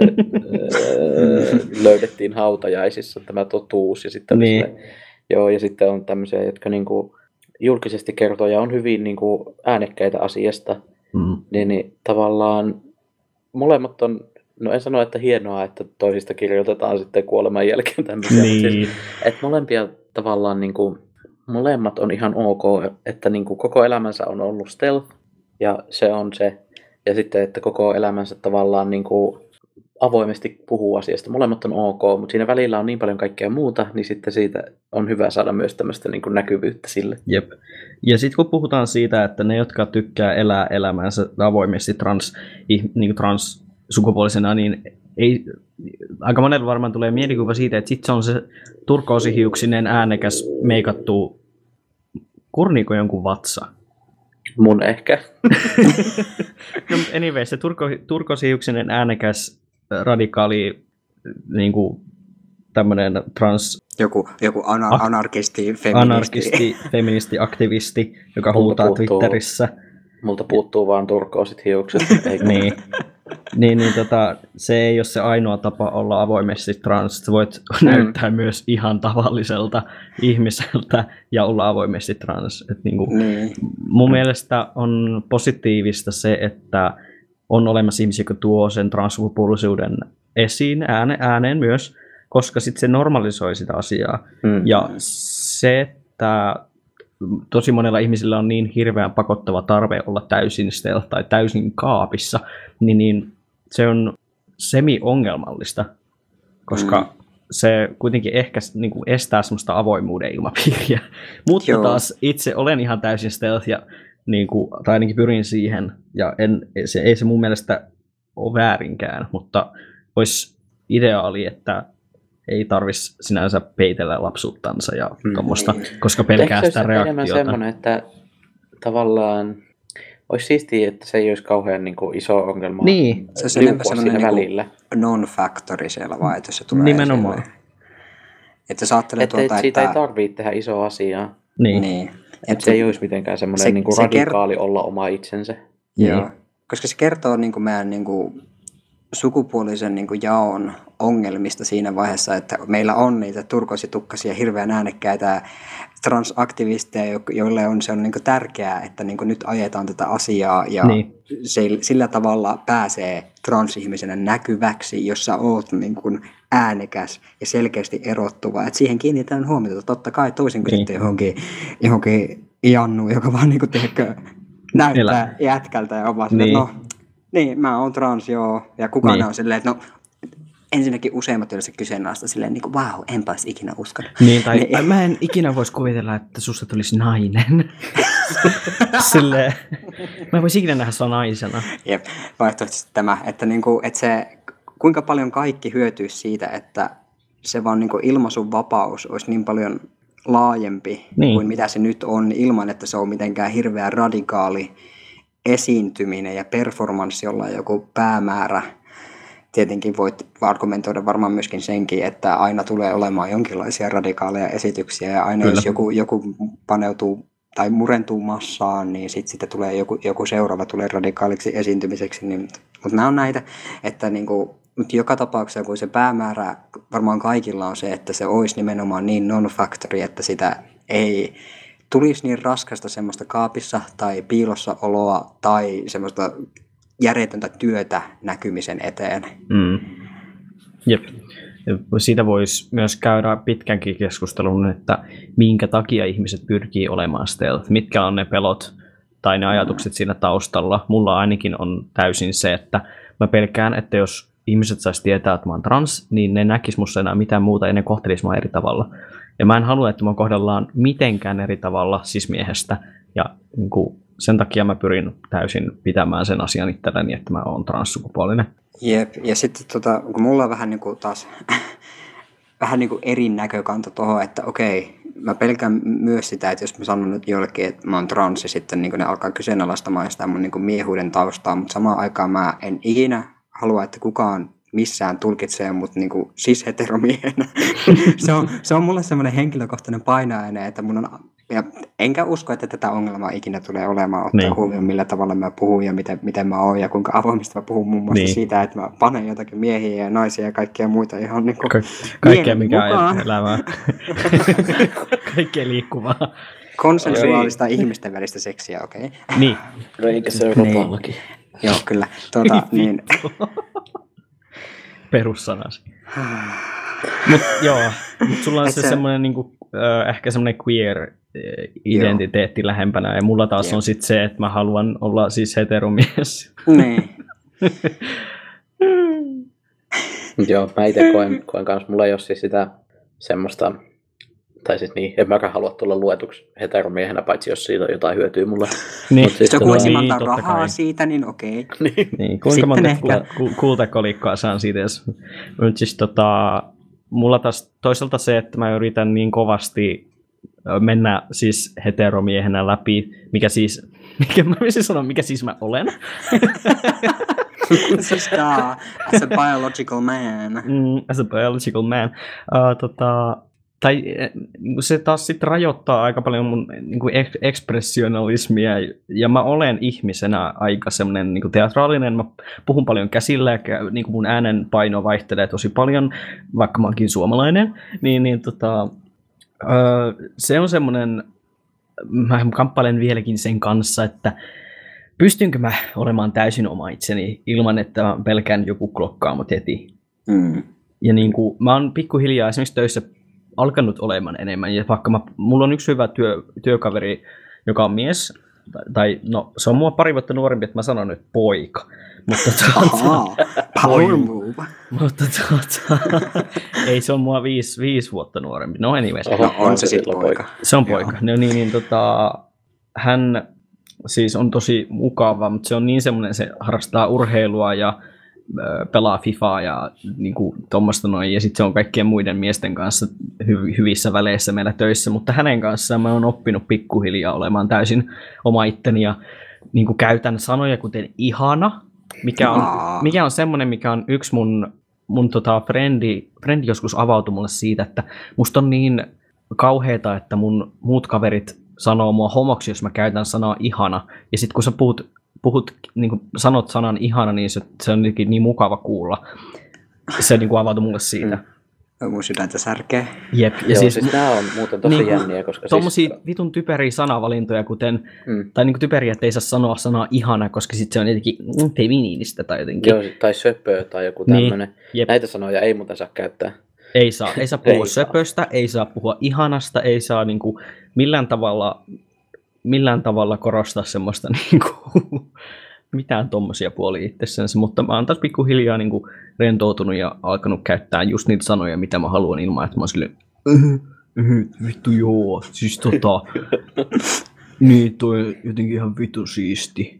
öö, löydettiin hautajaisissa tämä totuus ja sitten, niin. sille, joo, ja sitten on tämmöisiä, jotka niinku julkisesti kertoo ja on hyvin niinku äänekkäitä asiasta, mm. niin, niin tavallaan molemmat on, no en sano, että hienoa, että toisista kirjoitetaan sitten kuoleman jälkeen tämmöisiä, niin. mutta siis, että molempia tavallaan niinku, molemmat on ihan ok, että niinku koko elämänsä on ollut stealth ja se on se, ja sitten, että koko elämänsä tavallaan niinku avoimesti puhuu asiasta. Molemmat on ok, mutta siinä välillä on niin paljon kaikkea muuta, niin sitten siitä on hyvä saada myös tämmöistä niinku näkyvyyttä sille. Jep. Ja sitten kun puhutaan siitä, että ne, jotka tykkää elää elämänsä avoimesti trans, niin trans sukupuolisena, niin ei, aika monella varmaan tulee mielikuva siitä, että sitten se on se turkoosihiuksinen äänekäs meikattu kurniiko jonkun vatsa. Mun ehkä. No, anyway, se turko, turkoosihiuksinen äänekäs radikaali niin kuin tämmöinen trans... Joku, joku ana- ak- anarkisti, feministi. Anarkisti, feministi, aktivisti, joka huutaa puuttuu, Twitterissä. Multa puuttuu vaan turkoosit hiukset. niin. Niin, niin tota, se ei ole se ainoa tapa olla avoimesti trans. Sä voit mm. näyttää myös ihan tavalliselta ihmiseltä ja olla avoimesti trans. Et niin kuin, mm. Mun mielestä on positiivista se, että on olemassa ihmisiä, jotka tuo sen transsukupuolisuuden esiin ääne, ääneen myös, koska sitten se normalisoi sitä asiaa. Mm. Ja se, että tosi monella ihmisillä on niin hirveän pakottava tarve olla täysin stealth tai täysin kaapissa, niin, niin se on semi-ongelmallista, koska mm. se kuitenkin ehkä niin kuin estää semmoista avoimuuden ilmapiiriä. Mutta Joo. taas itse olen ihan täysin stealth, ja, niin kuin, tai ainakin pyrin siihen, ja en, se, ei se mun mielestä ole väärinkään, mutta olisi ideaali, että ei tarvitsisi sinänsä peitellä lapsuuttansa ja mm. tuommoista, koska pelkää sitä reaktiota. Enemmän semmoinen, että tavallaan olisi siistiä, että se ei olisi kauhean niin kuin iso ongelma. Niin. Se on enemmän semmoinen niin non-factori siellä vaan, että se tulee nimenomaan. Esille. Että sä ajattelet että tuota, siitä että... ei tarvitse tehdä isoa asiaa. Niin. niin. Että et se ei olisi mitenkään semmoinen niin kuin radikaali kert... olla oma itsensä. Joo. Niin. Koska se kertoo niin kuin meidän niin kuin sukupuolisen niin kuin jaon ongelmista siinä vaiheessa, että meillä on niitä turkoositukkaisia, hirveän äänekkäitä transaktivisteja, joille on, se on niin kuin tärkeää, että niin kuin nyt ajetaan tätä asiaa ja niin. se, sillä tavalla pääsee transihmisenä näkyväksi, jos sä oot niin kuin äänekäs ja selkeästi erottuva. Et siihen kiinnitetään huomiota, totta kai toisin kuin niin. sitten johonkin, johonkin Jannu, joka vaan niin kuin teekö, näyttää Elä. jätkältä ja on vaan niin. no niin, mä oon trans, joo. Ja kukaan niin. on silleen, että no ensinnäkin useimmat yleensä kyseenalaista silleen niin kuin vau, wow, enpä olisi ikinä uskonut. Niin, tai niin, mä en ikinä voisi kuvitella, että susta tulisi nainen. Silleen, mä en voisi ikinä nähdä sua naisena. Jep, vaihtoehtoisesti tämä, että, niin kuin, että se, kuinka paljon kaikki hyötyisi siitä, että se vaan niin kuin ilmaisun vapaus olisi niin paljon laajempi niin. kuin mitä se nyt on, ilman että se on mitenkään hirveän radikaali esiintyminen ja performanssi, jolla on joku päämäärä tietenkin voit argumentoida varmaan myöskin senkin, että aina tulee olemaan jonkinlaisia radikaaleja esityksiä ja aina Kyllä. jos joku, joku paneutuu tai murentuu massaan, niin sitten sit tulee joku, joku seuraava tulee radikaaliksi esiintymiseksi. Niin, mutta nämä on näitä, että niinku, mutta joka tapauksessa kun se päämäärä varmaan kaikilla on se, että se olisi nimenomaan niin non-factory, että sitä ei tulisi niin raskasta semmoista kaapissa tai piilossa oloa tai semmoista järjetöntä työtä näkymisen eteen. Mm. Jep. Siitä voisi myös käydä pitkänkin keskustelun, että minkä takia ihmiset pyrkii olemaan stealth, mitkä on ne pelot tai ne ajatukset siinä taustalla. Mulla ainakin on täysin se, että mä pelkään, että jos ihmiset sais tietää, että mä oon trans, niin ne näkis musta enää mitään muuta ja ne kohtelis mua eri tavalla. Ja mä en halua, että mä kohdellaan mitenkään eri tavalla cis-miehestä ja niin kuin, sen takia mä pyrin täysin pitämään sen asian itselleni, että mä oon transsukupuolinen. Jep, ja sitten tota, kun mulla on vähän niin kuin taas vähän niin kuin eri näkökanta tuohon, että okei, mä pelkään myös sitä, että jos mä sanon nyt jollekin, että mä oon trans ja sitten niin kuin ne alkaa kyseenalaistamaan sitä mun niin kuin miehuuden taustaa, mutta samaan aikaan mä en ikinä halua, että kukaan missään tulkitsee mut niin kuin cis-heteromiehenä. se, on, se on mulle semmoinen henkilökohtainen painajainen, että mun on, ja enkä usko, että tätä ongelmaa ikinä tulee olemaan, ottaa niin huomioon, millä tavalla mä puhun ja miten, miten mä oon ja kuinka avoimesti mä puhun muun muassa niin siitä, että mä panen jotakin miehiä ja naisia ja kaikkia muita ihan niin kuin Ka- kaikkea mikä on elämää. Kaikkea liikkuvaa. Konsensuaalista ihmisten välistä seksiä, okei. Okay. Niin. Eikä se ole vapaallakin. Joo, kyllä. Tuota, niin. Perussanasi. Mut joo, mut sulla on se, se semmoinen niinku, äh, ehkä semmoinen queer-identiteetti joo lähempänä, ja mulla taas joo on sit se, että mä haluan olla siis heteromies. Niin. Joo, mä itse koen, koen kanssa, mulla ei ole siis sitä semmoista, tai siis niin, en mäkään halua tulla luetuksi heteromiehenä, paitsi jos siitä on jotain hyötyä mulle. Niin. Siis jos voisin niin, antaa rahaa kai siitä, niin okei. Niin. Niin, kuinka monta ku, kultakolikkoa saan siitä, jos... Mutta siis tota, mulla taas toisaalta se, että mä yritän niin kovasti mennä siis heteromiehenä läpi, mikä siis, mikä mä voisin sanoa, mikä siis mä olen. As a biological man. Mm, as a biological man. Uh, tota... Tai se taas sitten rajoittaa aika paljon mun niin kuin ekspressionalismia, ja mä olen ihmisenä aika semmoinen niin kuin teatraalinen, mä puhun paljon käsillä, ja niin kuin mun äänen paino vaihtelee tosi paljon, vaikka mä oonkin suomalainen, niin, niin tota, se on semmoinen, mä kamppailen vieläkin sen kanssa, että pystynkö mä olemaan täysin oma itseni ilman, että mä pelkään joku klokkaa mut heti. Mm. Ja niin kuin, mä oon pikkuhiljaa esimerkiksi töissä alkanut olemaan enemmän, ja vaikka mä, mulla on yksi hyvä työ, työkaveri, joka on mies, tai, tai no se on mua pari vuotta nuorempi, että mä sanon nyt poika, mutta tuota, power move. Mutta tuota, ei se on mua viisi, viisi vuotta nuorempi, no anyways. No, on se sitten poika. Se on poika, no niin, niin tota, hän siis on tosi mukava, mutta se on niin semmoinen, se harrastaa urheilua ja pelaa Fifaa ja niinku tuommoista noin, ja sitten se on kaikkien muiden miesten kanssa hy- hyvissä väleissä meillä töissä, mutta hänen kanssaan mä oon oppinut pikkuhiljaa olemaan täysin oma itteni, ja niinku käytän sanoja kuten ihana, mikä on, mikä on semmoinen, mikä on yksi mun, mun tota frendi, frendi joskus avautui mulle siitä, että musta on niin kauheeta, että mun muut kaverit sanoo mua homoksi, jos mä käytän sanaa ihana, ja sitten kun sä puhut puhut, niin kuin sanot sanan ihana, niin se, se on niin mukava kuulla. Se niin kuin avautui mulle siitä. Mm. Mun sydäntä särkee. Jep. Ja joo, siis, siis nämä on muuten tosi niin, jänniä, koska tommosia siis vitun typeriä sanavalintoja, kuten, mm. tai niin kuin typeriä, että ei saa sanoa sanaa ihana, koska sitten se on jotenkin mm, feminiinistä tai jotenkin. Joo, tai söpöä tai joku tämmöinen. Niin, näitä sanoja ei muuten saa käyttää. Ei saa, ei saa puhua ei söpöstä, saa. Ei saa puhua ihanasta, ei saa niin kuin millään tavalla... millään tavalla korostaa semmoista niinku, mitään tommosia puolia itsessänsä, mutta mä oon taas pikkuhiljaa niinku rentoutunut ja alkanut käyttää just niitä sanoja, mitä mä haluan ilman, että mä oon silleen, vittu joo, siis tota, niin toi jotenkin ihan vittu siisti.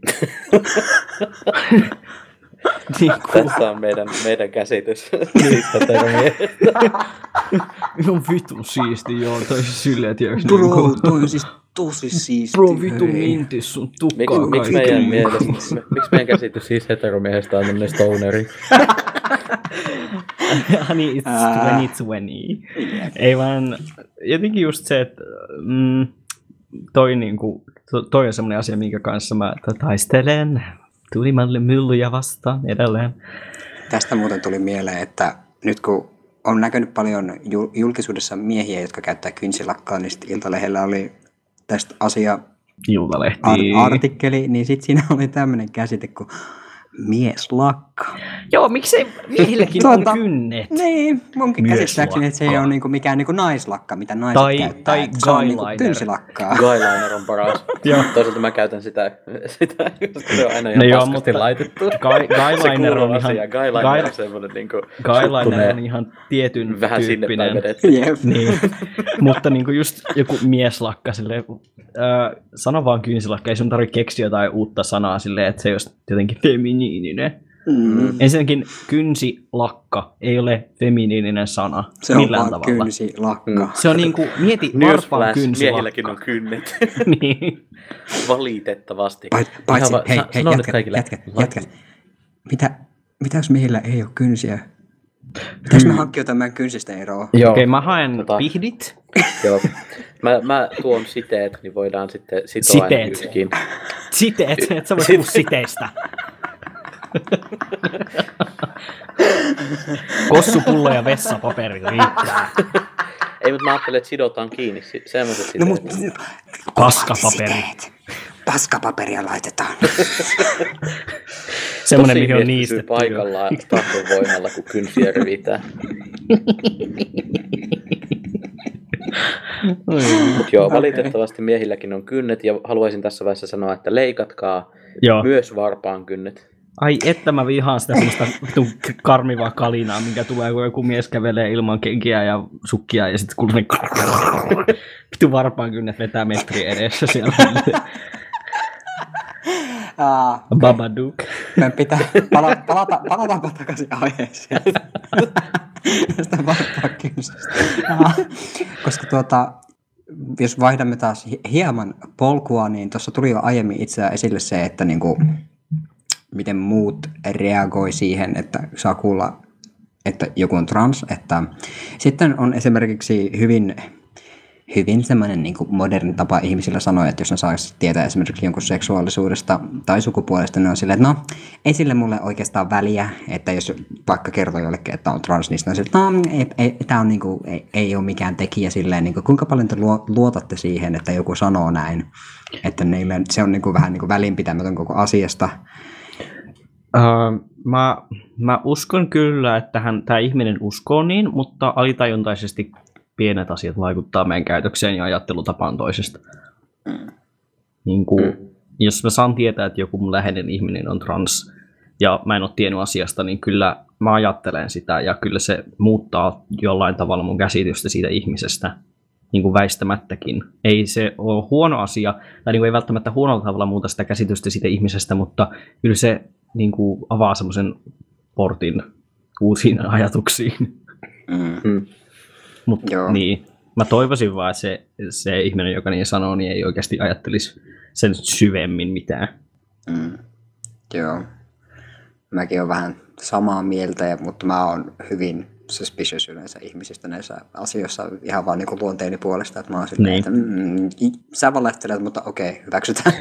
Niin tässä on meidän, meidän käsitys niistä termiestä. Ihan vitun siisti, joo, tai silleen, tiedätkö? Bro, niin toi on siis tosi siisti. Bro, vitun mintis sun tukkaa Mik, miksi, meidän mielestä, miksi meidän käsitys siis heteromiehestä on tämmöinen stoneri? Honey, it's twenty twenty. Ei vaan jotenkin just se, että mm, toi, niinku, toi on semmoinen asia, minkä kanssa mä taistelen tulimalle myllyjä vastaan edelleen. Tästä muuten tuli mieleen, että nyt kun on näkynyt paljon julkisuudessa miehiä, jotka käyttää kynsilakkaa, niin sitten Iltalehdellä oli tästä asia Iltalehti. Ar- artikkeli, niin sitten siinä oli tämmöinen käsite kuin mieslakka. Joo, miksei miehilläkin Tuota, on kynnet? Niin, munkin Mieslakka. käsittääkseni, että se ei ole niinku mikään niinku naislakka, mitä naiset Tai- käyttää. tai että se on niinku guyliner. kynsilakkaa. Guyliner on paras. Joo. Toisaalta mä käytän sitä, sitä koska se on aina No ihan joo, paskasti mutta laitettu. Guy- Guyliner se on kuuluu ihan- asia. Guyliner Guy- on semmoinen niinku Guyliner suttuneen, on ihan tietyn vähän sinne päin tyyppinen. vedetty. Jep. Niin, mutta niinku just joku mieslakka silleen, äh, sano vaan kynsilakka, ei sun tarvitse keksiä jotain uutta sanaa silleen, että se olisi jotenkin feminiininen. Mm. Ensinnäkin kynsilakka ei ole feminiininen sana Se on millään vaan tavalla. kynsilakka. Mm. Se on niinku, mieti varpaan Newsflash, kynsilakka. miehilläkin on kynnet. Niin. Valitettavasti. Pait- Paitsi, Ihan va- hei, sa- hei, sano nyt jätkät, kaikille. jätkät, jätkät. Mitä, mitä jos meillä ei ole kynsiä? Pitäis me hankkia tämän kynsistä eroa? Joo, Okei, mä haen Tota- pihdit. joo. Mä, mä tuon siteet, niin voidaan sitten sitoa Siteet. aina yksikin. Siteet, et sä voi Sit- puhua siteistä. Kossupullo ja vessapaperi riittää. Ei, mutta mä ajattelin, että sidotaan kiinni si- semmoiset siteet. No mut... Paskapaperi. Siteet. Paskapaperia laitetaan. Semmoinen, Tosi mihin on mies pysyy niistetty. paikallaan tahdon voimalla, kun kynsiä revitään. Mut joo, Okei. valitettavasti miehilläkin on kynnet, ja haluaisin tässä vaiheessa sanoa, että leikatkaa Joo. myös varpaan kynnet. Ai että mä vihaan sitä semmoista vitun karmivaa kalinaa, minkä tulee, kun joku mies kävelee ilman kenkiä ja sukkia ja sitten kuuluu ne vitun varpaan kynnet vetää metri edessä siellä. Aa, Babadook. meidän pitää pala- palata, palataanpa takaisin aiheeseen. Tästä varpaa kynsistä. Aa, koska tuota, jos vaihdamme taas hi- hieman polkua, niin tuossa tuli jo aiemmin itseään esille se, että niinku, miten muut reagoi siihen, että saa kuulla, että joku on trans. Että sitten on esimerkiksi hyvin, hyvin semmoinen niin kuin moderni tapa ihmisillä sanoa, että jos ne saisi tietää esimerkiksi jonkun seksuaalisuudesta tai sukupuolesta, niin on silleen, että no, ei sille mulle oikeastaan väliä, että jos vaikka kertoo jollekin, että on trans, niin on silleen, että no, ei, ei, tämä on niin kuin, ei, ei ole mikään tekijä silleen, niin kuin, kuinka paljon te luotatte siihen, että joku sanoo näin, että niille, se on niin kuin vähän niin kuin välinpitämätön koko asiasta. Uh, mä, mä uskon kyllä, että hän, tämä ihminen uskoo niin, mutta alitajuntaisesti pienet asiat vaikuttaa meidän käytökseen ja ajattelutapaan toisesta. Mm. Niin kuin, Mm. Jos mä saan tietää, että joku mun läheinen ihminen on trans ja mä en ole tiennyt asiasta, niin kyllä mä ajattelen sitä ja kyllä se muuttaa jollain tavalla mun käsitystä siitä ihmisestä. Niin kuin väistämättäkin. Ei se ole huono asia, tai niin kuin ei välttämättä huonolla tavalla muuta sitä käsitystä siitä ihmisestä, mutta kyllä se niin kuin avaa semmoisen portin uusiin ajatuksiin. Mm. Mm. Mut, Joo. niin, mä toivoisin vaan, että se, se ihminen, joka niin sanoo, niin ei oikeasti ajattelisi sen syvemmin mitään. Mm. Joo. Mäkin olen vähän samaa mieltä, ja- mutta mä oon hyvin suspicious yleensä ihmisistä näissä asioissa ihan vaan niin luonteeni puolesta, että mä oon silleen, Niin. että mm, sä valehtelet, mutta okei, hyväksytään.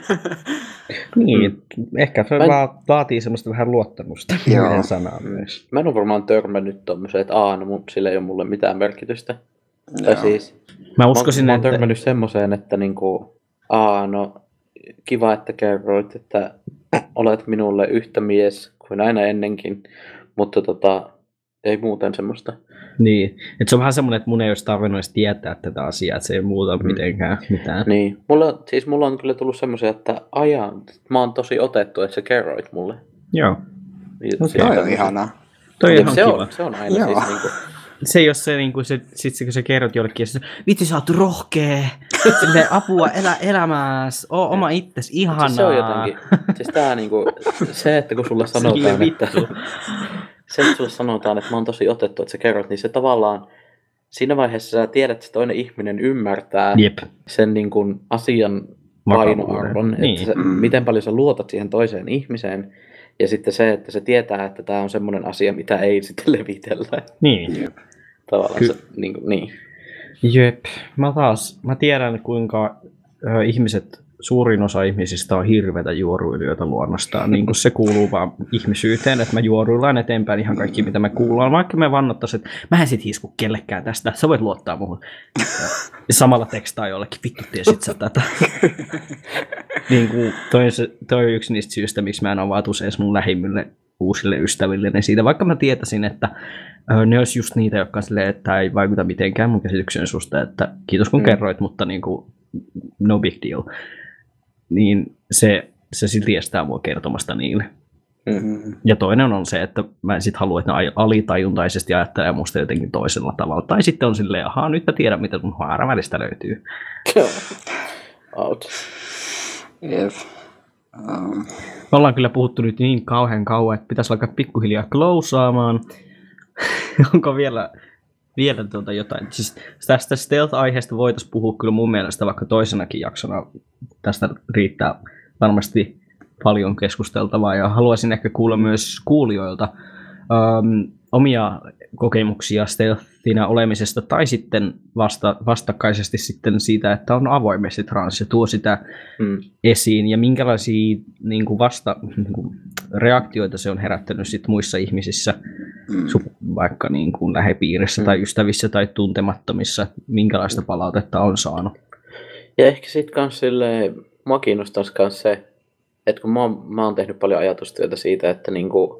Niin, ehkä se Mä en- vaan vaatii semmoista vähän luottamusta Joo. muiden sanaan myös. Mä en ole varmaan törmännyt tommoseen, että aah, no mun, sillä ei ole mulle mitään merkitystä. Tai Joo. siis, Mä mä, uskoisin, mä oon että... törmännyt semmoseen, että niinku, aah, no kiva, että kerroit, että olet minulle yhtä mies kuin aina ennenkin, mutta tota, ei muuten semmoista. Niin, että se on vähän semmoinen, että mun ei olisi tarvinnut edes tietää tätä asiaa, että se ei muuta Mm. mitenkään mitään. Niin, mulla, siis mulla on kyllä tullut semmoisia, että ajan, mä oon tosi otettu, että sä kerroit mulle. Joo, Ja Se on ihanaa. toi on Ja ihan se, kiva. on, se on aina Joo. siis niinku, Se ei ole se, niin kuin se, sit se, kun sä kerrot jollekin, ja se, vitsi sä oot rohkee, silleen, apua, elä elämääs, oo oma itses, ihanaa. siis se on jotenkin, siis tää niinku, se, että kun sulle sanotaan, Silleen että vittu. se, että sulle sanotaan, että mä oon tosi otettu, että sä kerrot, niin se tavallaan, siinä vaiheessa sä tiedät, että se toinen ihminen ymmärtää Jep. sen niin kuin asian Vakavuuden. painoarvon, Niin. että sä, Mm. miten paljon sä luotat siihen toiseen ihmiseen, Ja sitten se, että se tietää, että tämä on semmoinen asia, mitä ei sitten levitellä. Niin. Tavallaan Ky- se, niin, kuin, niin. Jep. Mä taas, mä tiedän kuinka ö, ihmiset, suurin osa ihmisistä on hirveitä juoruilijoita luonnostaan. Niin kuin se kuuluu vaan ihmisyyteen, että mä juoruillaan eteenpäin ihan kaikki, mitä me kuullaan. Vaikka me vannottaisiin, että mä en sit hisku kellekään tästä, sä voit luottaa muuhun. Ja samalla tekstaa jollekin, vittu tiesit sä tätä. Niin kuin toi, on se, toi on yksi niistä syistä, miksi mä en avautuisi edes mun lähimmille uusille ystäville siitä. Vaikka mä tietäisin, että ö, ne olisi just niitä, jotka on silleen, että ei vaikuta mitenkään mun käsitykseen susta, että kiitos kun mm. kerroit, mutta niin kuin, no big deal. Niin se, se silti estää mua kertomasta niille. Mm-hmm. Ja toinen on se, että mä en sit halua, että ne alitajuntaisesti ajattelee musta jotenkin toisella tavalla. Tai sitten on silleen, ahaa, nyt mä tiedän, mitä mun haaravälistä löytyy. Out. Yep. Um. Me ollaan kyllä puhuttu nyt niin kauhean kauan, että pitäisi alkaa pikkuhiljaa klousaamaan. Onko vielä, vielä tuota jotain? Siis tästä stealth-aiheesta voitaisiin puhua kyllä mun mielestä vaikka toisenakin jaksona. Tästä riittää varmasti paljon keskusteltavaa ja haluaisin ehkä kuulla myös kuulijoilta um, omia kokemuksia stealthina olemisesta tai sitten vasta, vastakkaisesti sitten siitä, että on avoimesti trans ja tuo sitä mm. esiin ja minkälaisia niin kuin vasta, niin kuin reaktioita se on herättänyt sit muissa ihmisissä, mm. vaikka niin kuin lähipiirissä mm. tai ystävissä tai tuntemattomissa, minkälaista palautetta on saanut. Ja ehkä sitten kans silleen, mua kiinnostaisi kans se, että kun mä oon, mä oon tehnyt paljon ajatustyötä siitä, että niinku,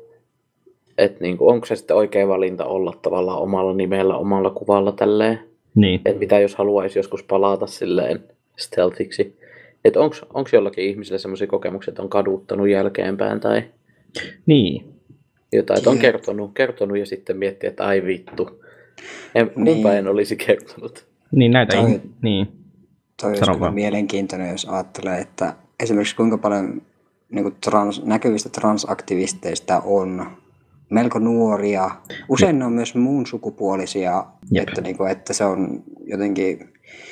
et niinku, onko se sitten oikea valinta olla tavallaan omalla nimellä, omalla kuvalla tälleen. Niin. Että mitä jos haluaisi joskus palata silleen stealthiksi. Että onko jollakin ihmisellä semmoisia kokemuksia, että on kaduttanut jälkeenpäin tai niin. jotain, että on kertonut, kertonut ja sitten miettii, että ai vittu. En, niin. en olisi kertonut. Niin näitä toi, ei, niin. Toi olisi kyllä mielenkiintoinen, jos ajattelee, että esimerkiksi kuinka paljon niin kuin trans, näkyvistä transaktivisteista on melko nuoria. Usein Jep. ne on myös muun sukupuolisia, että, niin kuin, että se on jotenkin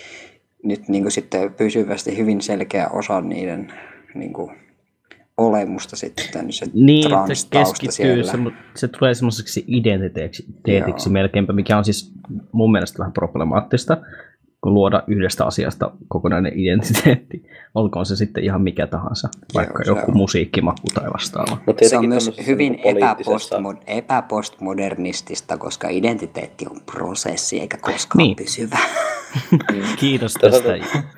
nyt niin kuin sitten pysyvästi hyvin selkeä osa niiden niin kuin, olemusta sitten, se niin, trans-tausta siellä. Se, se tulee semmoiseksi identiteetiksi melkeinpä, mikä on siis mun mielestä vähän problemaattista, kun luoda yhdestä asiasta kokonainen identiteetti. Olkoon se sitten ihan mikä tahansa, vaikka Joo, joku on. musiikkimaku tai vastaava. Se on myös hyvin epäpostmo- epäpostmodernistista, koska identiteetti on prosessi eikä koskaan niin. pysyvä. Kiitos tästä.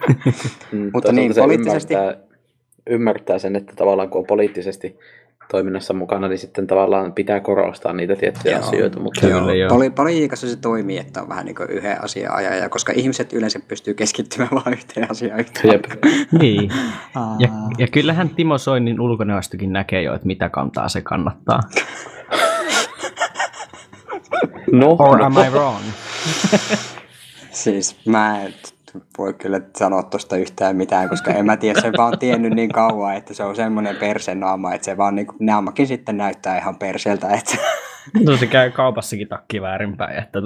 Mutta niin, poliittisesti ymmärtää, ymmärtää sen, että tavallaan kun on poliittisesti toiminnassa mukana, niin sitten tavallaan pitää korostaa niitä tiettyjä joo, asioita. Mutta kyllä, joo. Poli- politiikassa se toimii, että on vähän niin kuin yhden asian ajaja, koska ihmiset yleensä pystyy keskittymään vain yhteen asiaan yhtä niin. Ja, ja kyllähän Timo Soinin ulkonäöstäkin näkee jo, että mitä kantaa se kannattaa. no, Or am I wrong? Siis mä en voi kyllä sanoa tuosta yhtään mitään, koska en mä tiedä, se vaan tiennyt niin kauan, että se on semmoinen persenaama, että se vaan niin kuin, naamakin sitten näyttää ihan perseltä. Että no se käy kaupassakin takki väärinpäin. Että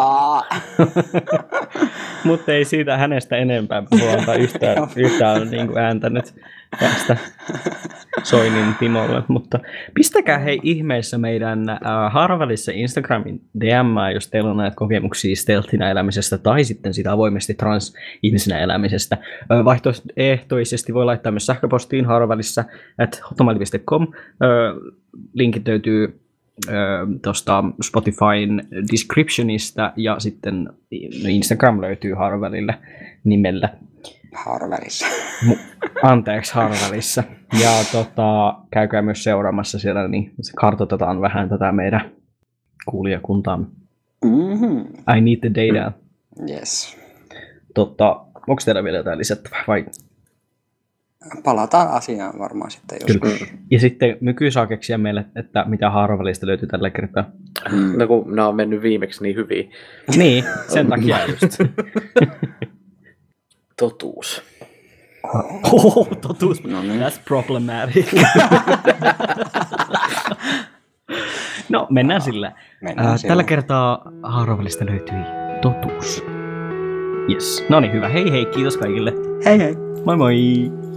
mutta ei siitä hänestä enempää puolta yhtään, yhtään niin kuin ääntänyt tästä Soinin Timolle. Mutta pistäkää hei ihmeessä meidän äh, Harvellissa Instagramin D M, jos teillä on näitä kokemuksia stealthina elämisestä tai sitten sitä avoimesti trans-ihmisenä elämisestä. Äh, vaihtoehtoisesti voi laittaa myös sähköpostiin harvellissa at hotmail piste com. Äh, linkit löytyy tuosta Spotifyn descriptionista ja sitten Instagram löytyy Harvellille nimellä. Harvellissa. Anteeksi, Harvellissa. Ja tota, käykää myös seuraamassa siellä, niin kartoitetaan vähän tätä meidän kuulijakuntaa. Mm-hmm. I need the data. Yes. Tota, onko teillä vielä jotain lisättävää vai? Palataan asiaan varmaan sitten joskus. Kyllä. Ja sitten Myky saa keksiä meille, että mitä Harvellista löytyy tällä kertaa. Mm. No kun nämä on mennyt viimeksi niin hyvin. Niin, sen takia just. Totuus. Oh, totuus. No niin. That's problematic. No, mennään sillä. Mennään äh, sillä. Tällä kertaa Harvellista löytyi totuus. Yes. No niin, hyvä. Hei hei, kiitos kaikille. Hei hei. Moi moi.